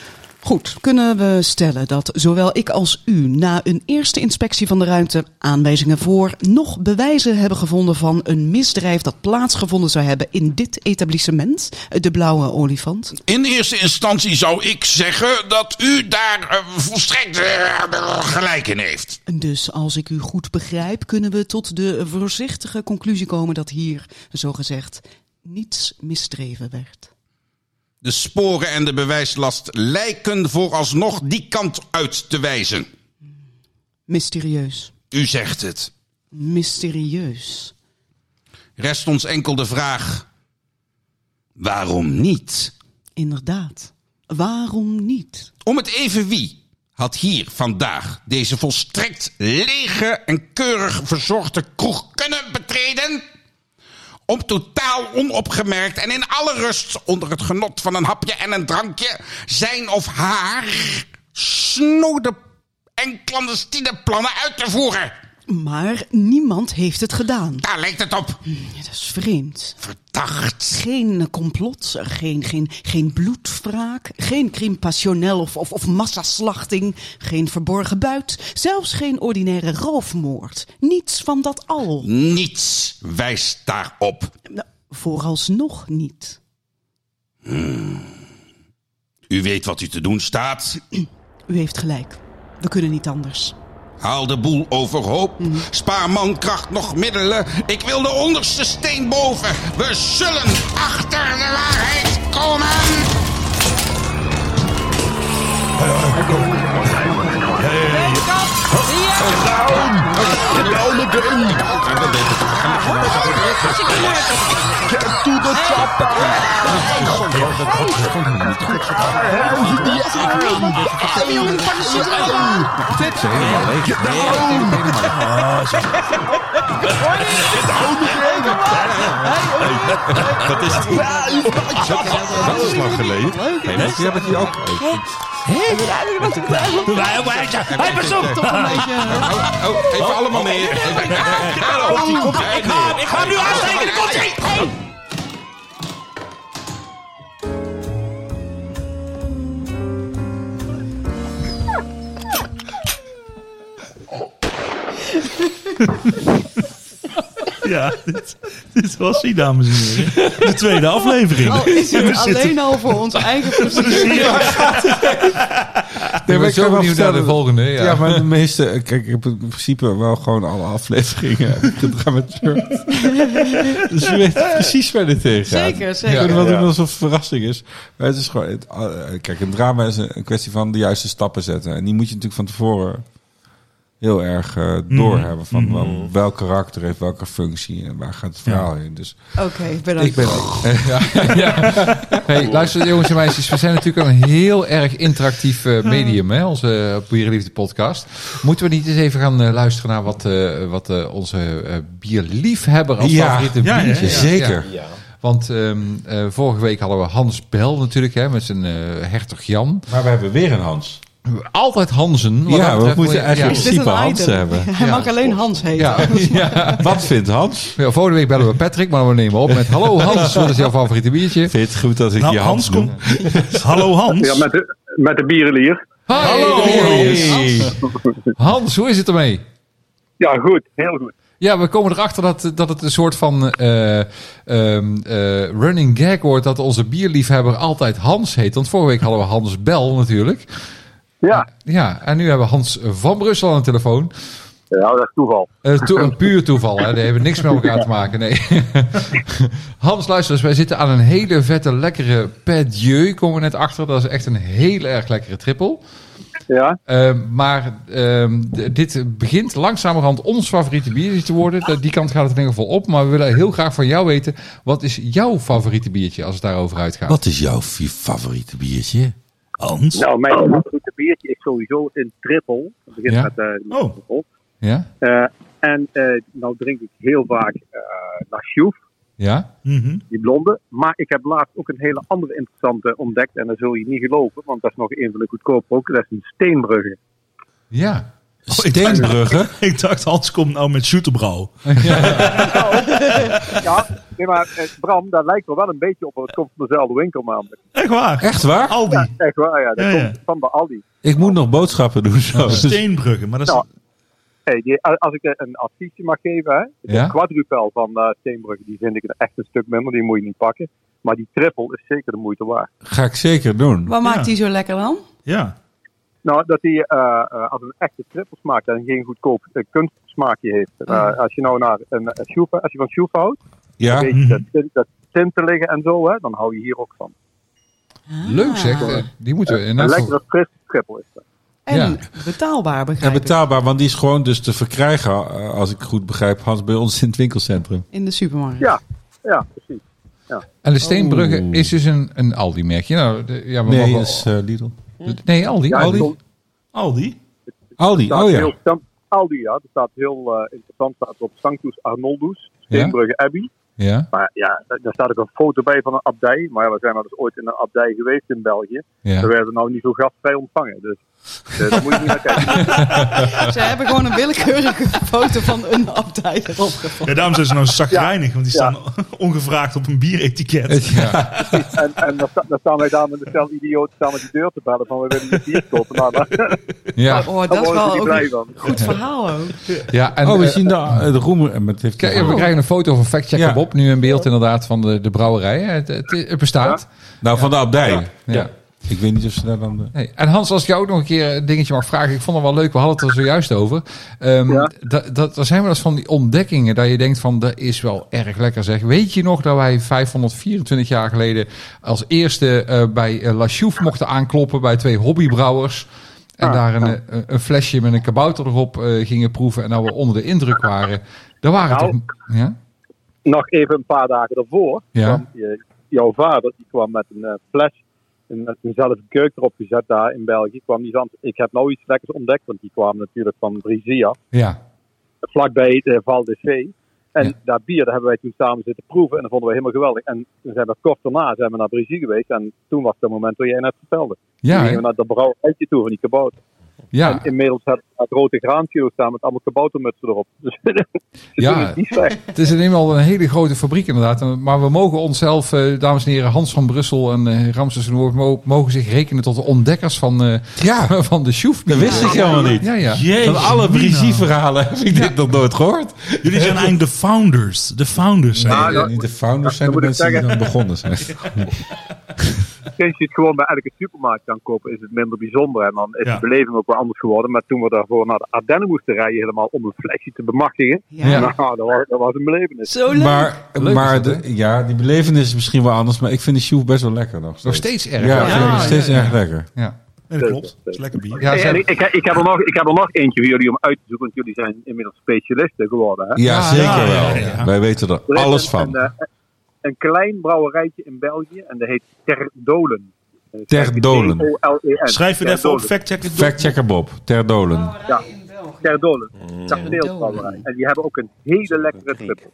Goed, kunnen we stellen dat zowel ik als u na een eerste inspectie van de ruimte aanwijzingen voor nog bewijzen hebben gevonden van een misdrijf dat plaatsgevonden zou hebben in dit etablissement, de Blauwe Olifant? In eerste instantie zou ik zeggen dat u daar uh, volstrekt uh, gelijk in heeft. Dus als ik u goed begrijp, kunnen we tot de voorzichtige conclusie komen dat hier, zogezegd, niets misdreven werd. De sporen en de bewijslast lijken vooralsnog die kant uit te wijzen. Mysterieus. U zegt het. Mysterieus. Rest ons enkel de vraag: waarom niet? Inderdaad. Waarom niet? Om het even wie had hier vandaag deze volstrekt lege en keurig verzorgde kroeg kunnen betreden? Om totaal onopgemerkt en in alle rust onder het genot van een hapje en een drankje zijn of haar snode en clandestine plannen uit te voeren. Maar niemand heeft het gedaan. Daar lijkt het op. Dat is vreemd. Verdacht. Geen complot, geen, geen, geen bloedwraak, geen crime passionnel of, of, of massaslachting, geen verborgen buit, zelfs geen ordinaire roofmoord. Niets van dat al. Niets wijst daarop. Nou, vooralsnog niet. Hmm. U weet wat u te doen staat. U heeft gelijk. We kunnen niet anders. Haal de boel overhoop. Mm. Spaar mankracht nog middelen. Ik wil de onderste steen boven. We zullen achter de waarheid komen. Get to the chopper! Wat is het? Dat is lang geleden. Die hebben die ook. Hij bezoekt toch een beetje. Oh, even allemaal neer. Ik ga nu aansteken, komt ie! Ja, dit, dit was hij, dames en heren. De tweede aflevering. Oh, is het We alleen zitten- al voor ons eigen plezier? Nee, maar ik zo wel benieuwd naar de vertellen- volgende. Ja, Ja, maar de meeste... Kijk, ik heb in principe wel gewoon alle afleveringen gedramaturgd. Dus je weet precies waar dit tegen gaat. Zeker, We zeker. kunnen wel Ja. doen alsof het verrassing is. Maar het is gewoon... Het, uh, kijk, een drama is een, een kwestie van de juiste stappen zetten. En die moet je natuurlijk van tevoren heel erg uh, doorhebben. Van Mhm. wel, welk karakter heeft welke functie en waar gaat het verhaal heen. Dus Oké, bedankt. ik ben... ja, ja. Hey, luister jongens en meisjes, we zijn natuurlijk een heel erg interactief uh, medium, hè, onze Bierliefde podcast. Moeten we niet eens even gaan uh, luisteren naar wat, uh, wat uh, onze uh, bierliefhebber als Ja, favoriete ja, ja, biertje ja. heeft? Zeker. Ja. Want um, uh, vorige week hadden we Hans Bel natuurlijk, hè, met zijn uh, hertog Jan. Maar we hebben weer een Hans. Altijd Hansen. wat dat Ja, we betreft. moeten eigenlijk Is in dit principe een Hans item? hebben. Hij Ja. mag alleen Hans heten. Ja, ja. Wat vindt Hans? Ja, volgende week bellen we Patrick, maar we nemen op met: hallo Hans, wat is jouw favoriete biertje? Vind je het goed als ik Nou, je Hans Hans, noem? kom. Hallo Hans. Ja, met de, met de bierenlier. Hallo Hans. Hans, hoe is het ermee? Ja, goed. Heel goed. Ja, we komen erachter dat, dat het een soort van uh, um, uh, running gag wordt dat onze bierliefhebber altijd Hans heet. Want vorige week hadden we Hans Bel natuurlijk. Ja, Ja, en nu hebben we Hans van Brussel aan de telefoon. ja dat is toeval. Uh, to- een puur toeval, hè? Die hebben niks met elkaar te maken, nee. Hans, luister eens, wij zitten aan een hele vette, lekkere Padieu, komen we net achter. Dat is echt een heel erg lekkere trippel. Ja, Uh, maar uh, d- dit begint langzamerhand ons favoriete biertje te worden. Da- Die kant gaat het in ieder geval op. Maar we willen heel graag van jou weten, wat is jouw favoriete biertje als het daarover uitgaat? Wat is jouw fi- favoriete biertje? Hans. nou, mijn favoriete biertje is sowieso een trippel. Het begint Ja? met uh, Oh. trippel. Ja? Uh, en uh, nou drink ik heel vaak uh, La Chouffe, Ja? Mhm. die blonde. Maar ik heb laatst ook een hele andere interessante ontdekt. En dat zul je niet geloven, want dat is nog een van de goedkope ook. Dat is een Steenbrugge. Ja. Steenbrugge? Ik dacht, Hans komt nou met Schutebrouw. Ja, nee, maar eh, Bram, dat lijkt er wel een beetje op. Het komt van dezelfde winkel namelijk. Echt waar? Echt waar? Aldi. Ja, echt waar, ja. Dat Ja, ja. komt van de Aldi. Ik moet nog boodschappen doen zo. Steenbrugge, maar dat is... Nou, hey, die, als ik een adviesje mag geven, hè. De Ja? quadrupel van uh, Steenbrugge, die vind ik echt een stuk minder. Die moet je niet pakken. Maar die triple is zeker de moeite waard. Ga ik zeker doen. Wat maakt Ja. die zo lekker dan? Ja. Nou, dat die uh, uh, als een echte triple smaakt en geen goedkoop uh, kunstsmaakje heeft. Uh, als je nou naar een, een Schufa, als je van Schufa houdt, Ja? weet je dat, tint- dat tinten en zo, hè, dan hou je hier ook van. Leuk zeg. Eh, Die moeten we Een inderdaad... lekkere fris triple is dat. En Ja. betaalbaar, En begrijp ik. betaalbaar, want die is gewoon dus te verkrijgen, uh, als ik goed begrijp, Hans, bij ons in het winkelcentrum. In de supermarkt. Ja, ja, precies. En de Steenbrugge Oh. is dus een, een Aldi-merkje. Nou, de- ja, we Nee, mogen- dat is uh, Lidl. Nee, Aldi. Ja, Aldi. het komt- Aldi? Aldi, staat oh ja. heel stam- Aldi, ja. Er staat heel uh, interessant staat er op Sanctus Arnoldus, Steenbrugge Abbey. Ja, Maar ja, daar daar staat ook een foto bij van een abdij. Maar ja, we zijn wel dus ooit in een abdij geweest in België. ja. Daar werden we nou niet zo gastvrij ontvangen. Dus uh, daar moet je niet naar kijken. Ze hebben gewoon een willekeurige foto van een abdij erop gevonden. Ja, daarom zijn ze nou zagrijnig, want die Ja. staan ongevraagd op een bieretiket. Ja. En, en dan, sta- dan staan wij daar met de stel idioten staan met die deur te bellen van we willen je bier kopen. Nou, daar, Ja. Oh, dat daar is worden ze wel niet ook blij een van. goed verhaal ook. Ja, en, Oh, we eh, zien de, uh, de roemer. en het heeft Kijk, we Oh. krijgen een foto van Factchecker Ja. Bob. Nu in beeld inderdaad van de, de brouwerij. Het, het, het bestaat. Nou, van de abdij. Ja. Ik weet niet of ze daar dan... de- Hey, en Hans, als ik jou ook nog een keer een dingetje mag vragen. Ik vond het wel leuk, we hadden het er zojuist over. Um, Ja. dat, dat, er zijn wel eens van die ontdekkingen dat je denkt van, dat is wel erg lekker zeg. Weet je nog dat wij vijfhonderdvierentwintig jaar geleden als eerste uh, bij uh, La Chouffe mochten aankloppen bij twee hobbybrouwers. En Ah, daar een, ja. een, een flesje met een kabouter erop uh, gingen proeven. En dat we onder de indruk waren. Daar waren Nou. toch... Ja? Nog even een paar dagen daarvoor Ja. kwam je, jouw vader, die kwam met een uh, fles, een, met eenzelfde keuken erop gezet daar in België. Kwam die van, ik heb nou iets lekkers ontdekt, want die kwamen natuurlijk van Brizia, Ja. vlakbij de Val de Zee. En Ja. dat bier, dat hebben wij toen samen zitten proeven en dat vonden we helemaal geweldig. En toen zijn we kort daarna zijn we naar Brizia geweest en toen was het moment waar jij net vertelde. Ja, toen hè? gingen we naar dat brouwerijtje toe van die kabouter. Ja. En inmiddels hebben we het grote graankilo staan met allemaal kaboutermutsen erop. Dus ze Ja. doen het niet slecht. Het is eenmaal een hele grote fabriek inderdaad. Maar we mogen onszelf, eh, dames en heren, Hans van Brussel en eh, Ramses van Noord, mo- mogen zich rekenen tot de ontdekkers van, eh, Ja, van de Chouffe. dat wist ik helemaal niet. Ja, ja. Jezus, Van alle Mina. Brizie-verhalen heb ik dit nog nooit gehoord. Jullie zijn eigenlijk de founders. De founders zijn Ja, jullie. dat- Niet de founders zijn de dat moet ik mensen die zeggen. dan begonnen zijn. Sinds je het gewoon bij elke supermarkt kan kopen, is het minder bijzonder. En dan is Ja. de beleving ook wel anders geworden. Maar toen we daarvoor naar de Ardennen moesten rijden, helemaal om een flesje te bemachtigen. Ja. Ja. Nou, dat was, dat was een belevenis. Zo leuk. Maar, Leuk maar is dat, de, ja, die belevenis is misschien wel anders. Maar ik vind de Chouffe best wel lekker nog steeds. Nog steeds erg. Ja, hoor. ik vind het nog Ja, steeds ja, ja. erg lekker. Ja. Nee, dat klopt. Dat is lekker bier. Ja, Hey, ze en hebben- ik, ik, ik, heb er nog, ik heb er nog eentje voor jullie om uit te zoeken, want jullie zijn inmiddels specialisten geworden. Hè? Ja, Ja, zeker ja, wel. ja, ja. Wij weten er Er is alles een, van. Een, eh, een klein brouwerijtje in België en dat heet Ter Dolen. En dat Ter schrijf je Dolen. D O L E N. Schrijf het Ter even op, Dolen. factchecker. Factchecker Bob, Ter Dolen. Ja, Ter Dolen. Kasteelbrouwerij. En die hebben ook een hele lekkere trippel.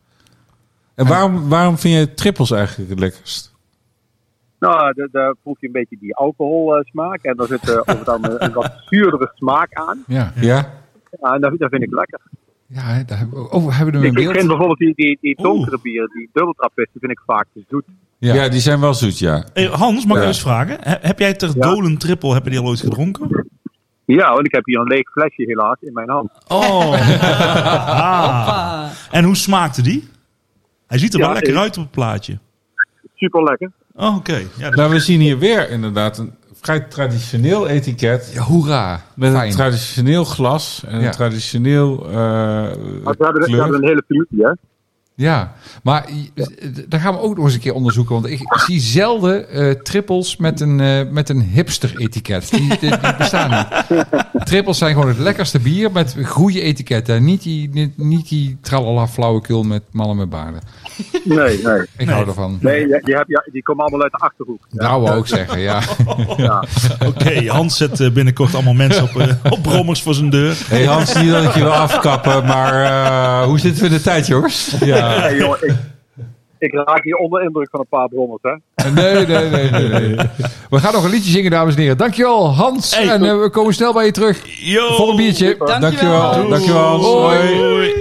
En waarom, waarom vind je trippels eigenlijk het lekkerst? Nou, daar- daar proef je een beetje die alcoholsmaak. En daar zit uh, over dan een, een wat zuurdere smaak aan. Ja, Ja? Ja, en dat, dat vind ik lekker. ja hè, daar hebben we, oh, we hebben hem in Ik, ik vind beeld. bijvoorbeeld die, die, die donkere bieren, die dubbeltrappisten, vind ik vaak te zoet. Ja. Ja. die zijn wel zoet, ja. Hey, Hans, mag ik Ja. eens vragen? He- heb jij ter Ja. Dolen triple, heb je die al ooit gedronken? Ja, want ik heb hier een leeg flesje helaas in mijn hand. Oh. Ah. Ah. En hoe smaakte die? Hij ziet er Ja, wel lekker ik- uit op het plaatje. Super lekker. Oh, oké. Ja, dat- Nou, we zien hier weer inderdaad een vrij traditioneel etiket. Ja, hoera. Met Fijn. een traditioneel glas en Ja. een traditioneel uh, Maar we hebben, we kleur. hebben een hele familie, hè? Ja, maar eh, daar gaan we ook nog eens een keer onderzoeken. Want ik zie zelden eh, trippels met een, eh, met een hipster-etiket. Die, die, die bestaan niet. Trippels zijn gewoon het lekkerste bier met goede etiketten. Niet die, niet, niet die tralala flauwekul met mannen met baarden. Nee, nee. Ik hou ervan. Nee, die, die, heb, ja, die komen allemaal uit de Achterhoek. Ja. Nou, wou ook zeggen, ja. Ja. Oké, Hans zet eh, binnenkort allemaal mensen op, eh, op brommers voor zijn deur. Hey Hans, niet dat ik je wil afkappen, maar uh, hoe zitten we in de tijd, jongens? ja. Nee, joh, ik, ik raak hier onder indruk van een paar brommers, hè. Nee, nee, nee, nee, nee. We gaan nog een liedje zingen, dames en heren. Dankjewel, Hans. Hey, en uh, we komen snel bij je terug. Yo. Voor een biertje. Dankjewel. Dankjewel, Hans. Hoi.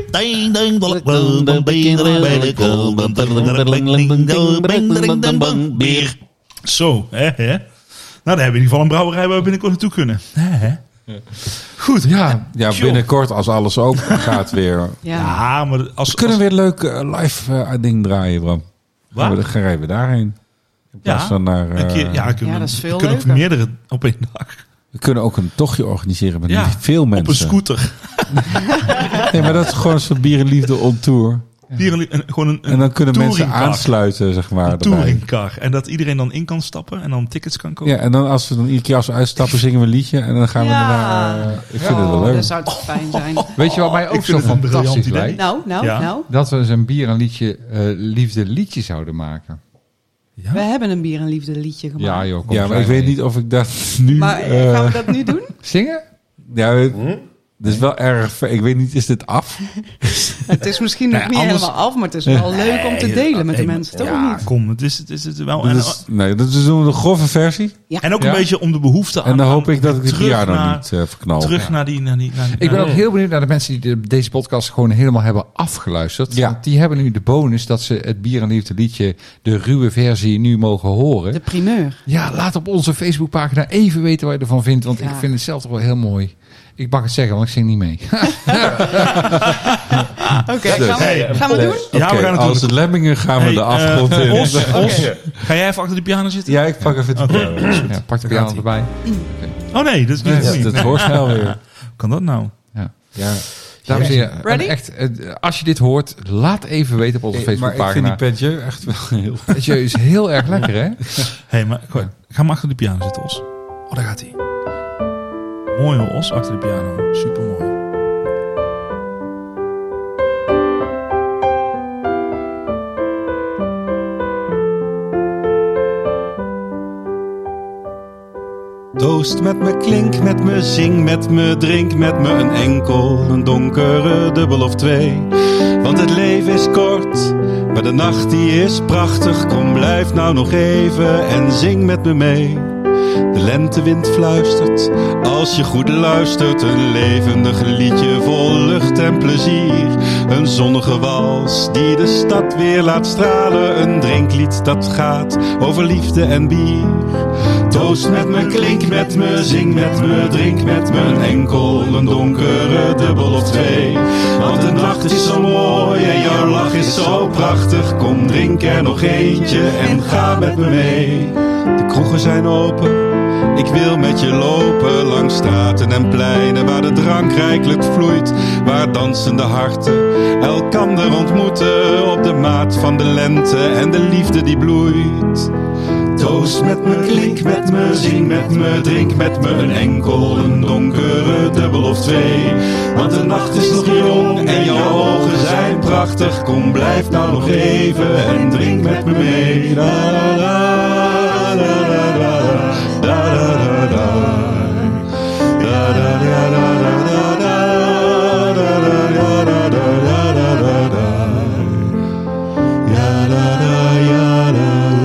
Bier. Zo, hè, hè. Nou, dan hebben we in ieder geval een brouwerij waar we binnenkort naartoe kunnen. Hè, hè. Goed, Ja, Ja, binnenkort als alles open gaat weer. Ja. Ja, maar als... We kunnen als- weer leuk uh, live uh, ding draaien, Bram. Waar? Gaan we, gaan rijden we daarheen. In plaats Ja, van naar... een keer, uh, ja, kunnen, Ja, dat is veel we kunnen ook leuker. meerdere op één dag. We kunnen ook een tochtje organiseren met Ja, veel mensen. op een scooter. Nee, maar dat is gewoon zo'n bier en liefde on tour. Bier en, en, gewoon een, een En dan kunnen mensen touringcar. aansluiten, zeg maar. Een erbij. touringcar. En dat iedereen dan in kan stappen en dan tickets kan kopen. Ja, en dan als we dan iedere keer als we uitstappen, zingen we een liedje. En dan gaan we Ja. daarna... Uh, ik vind het wel Oh, leuk. dat zou toch fijn zijn. weet je wat mij ook Ik zo vind het een fantastisch briljant idee. lijkt? Nou, nou, Ja. nou. Dat we eens een bier en liedje, uh, liefde liedje zouden maken. Ja? We hebben een bier en liefde liedje gemaakt. Ja, joh. kom, Ja, maar zijn ik we weet niet of ik dat nu... Maar uh, gaan we dat nu doen? Zingen? Ja, het het is wel erg... ver- Ik weet niet, is dit af? Het is misschien nog Nee, niet anders- helemaal af, maar het is wel leuk om te Nee, delen met de nee, mensen, toch? Of Ja, niet? kom. Het is, het is, het is wel... Dat En, is, nee, dat is doen we de grove versie. en ook Ja. een beetje om de behoefte aan... En dan hoop aan- ik dat ik de terug piano naar- niet uh, verknal. Terug naar die... Naar die naar, Ik ben naar- ook heel benieuwd naar de mensen die de- deze podcast gewoon helemaal hebben afgeluisterd. Ja. Want die hebben nu de bonus dat ze het Bier en Liefde liedje, de ruwe versie, nu mogen horen. De primeur. Ja, laat op onze Facebookpagina even weten wat je ervan vindt. Want Ja. ik vind het zelf toch wel heel mooi. Ik mag het zeggen, want ik zing niet mee. Oké, gaan, we, gaan we doen? Ja, we Oké, gaan het als doen. het Lemmingen gaan we Hey, de eh, afgrond in. Os, Os, ga jij even achter de piano zitten? Ja, ik pak even het piano. Ja, pak de piano gaat-ie. erbij. Oh nee, dat is niet Ja, goed. dat hoort snel weer. Kan dat nou? Ja. Ja. Dames en heren, Ready? en echt, eh, als je dit hoort, laat even weten op onze Maar ik vind Facebookpagina. die petje echt wel heel... Het is heel erg lekker, hè? Hé, maar goh, ga maar achter de piano zitten, Os. Oh, daar gaat hij. Mooi hoor, Os, achter de piano. Super mooi. Toost met me, klink met me, zing met me, drink met me een enkel, een donkere dubbel of twee. Want het leven is kort, maar de nacht die is prachtig. Kom, blijf nou nog even en zing met me mee. De lentewind fluistert, als je goed luistert. Een levendig liedje vol lucht en plezier. Een zonnige wals die de stad weer laat stralen. Een drinklied dat gaat over liefde en bier. Toost met me, klink met me, zing met me, drink met me. Een enkel, een donkere dubbel of twee. Want de nacht is zo mooi en jouw lach is zo prachtig. Kom, drink er nog eentje en ga met me mee. De kroegen zijn open. Ik wil met je lopen langs straten en pleinen waar de drank rijkelijk vloeit. Waar dansende harten elkander ontmoeten op de maat van de lente en de liefde die bloeit. Toost met me, klink met me, zing met me, drink met me. Een enkel, een donkere dubbel of twee. Want de nacht is nog jong en jouw ogen zijn prachtig. Kom, blijf nou nog even en drink met me mee. Da, da, da, da, da, da. Da da da da da da da da da da da da da da da ja da da ja da.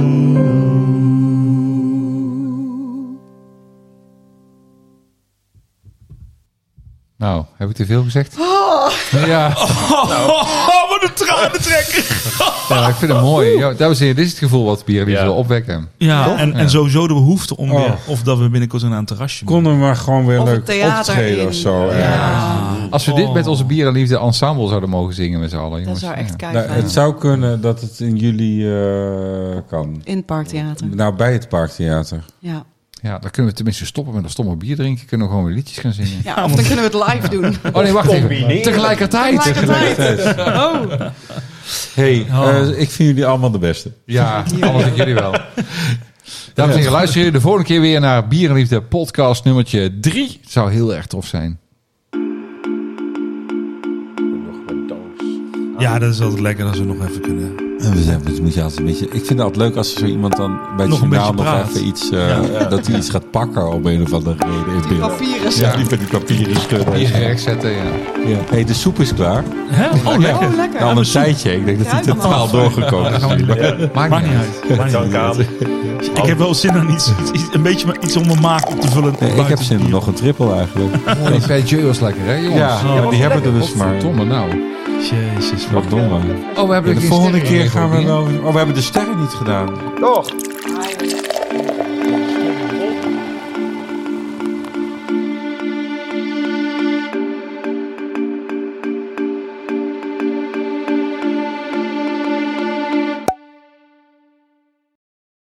Nou, heb ik te veel gezegd? Ja, Oh, wat een tranentrekker. ja, ik vind het mooi. Ja, dames en heren, dit is het gevoel wat bier Ja. wil opwekken. Ja, en, en Ja. sowieso de behoefte om Oh. weer... Of dat we binnenkort aan een terrasje Konden we maar gewoon weer Of leuk het theater optreden in. of zo. Ja. Ja. Als we dit met onze bier en liefde ensemble zouden mogen zingen met z'n allen, Dat jongens. zou echt ja. kijken. Nou, het zou kunnen dat het in juli uh, kan. In het Parktheater. Nou, bij het Parktheater. Ja. Ja, dan kunnen we tenminste stoppen met dat stomme bier drinken. Kunnen we gewoon weer liedjes gaan zingen. ja, of dan kunnen we het live doen. Oh nee, wacht even. Combineren. Tegelijkertijd. Tegelijkertijd. Oh. Hey, Oh. uh, ik vind jullie allemaal de beste. Ja, anders ik jullie wel. Dames en heren, luister jullie de volgende keer weer naar Bier en Liefde podcast nummertje drie. Het zou heel erg tof zijn. Nog met dans. Ja, dat is altijd lekker als we nog even kunnen. En we zijn, dus moet je altijd een beetje, ik vind het altijd leuk als er zo iemand dan bij het Nog een journaal beetje nog praat. even iets, uh, Ja, ja. dat hij iets gaat pakken om een of andere reden. in Die beeld. papieren. Ja, die met die papieren schudden. Hier recht zetten, ja. Ja. Hey, de soep is klaar. Hè? Oh, lekker. Oh, lekker. Al een tijdje. Ik denk dat hij Ja, dan totaal al. doorgekomen is. Maakt niet uit. Maakt Dank niet aan. uit. Ik heb wel zin in iets, iets, een beetje maar iets om mijn maag op te vullen. Nee, ik heb zin in nog een triple eigenlijk. Oh, die P J was lekker, hè, jongens? Ja, ja, die hebben er dus maar. Verdomme nou. Jezus, Wat dom. Oh, we hebben De geen volgende sterren keer gaan we meer, wel. Oh, we hebben de sterren niet gedaan. Toch?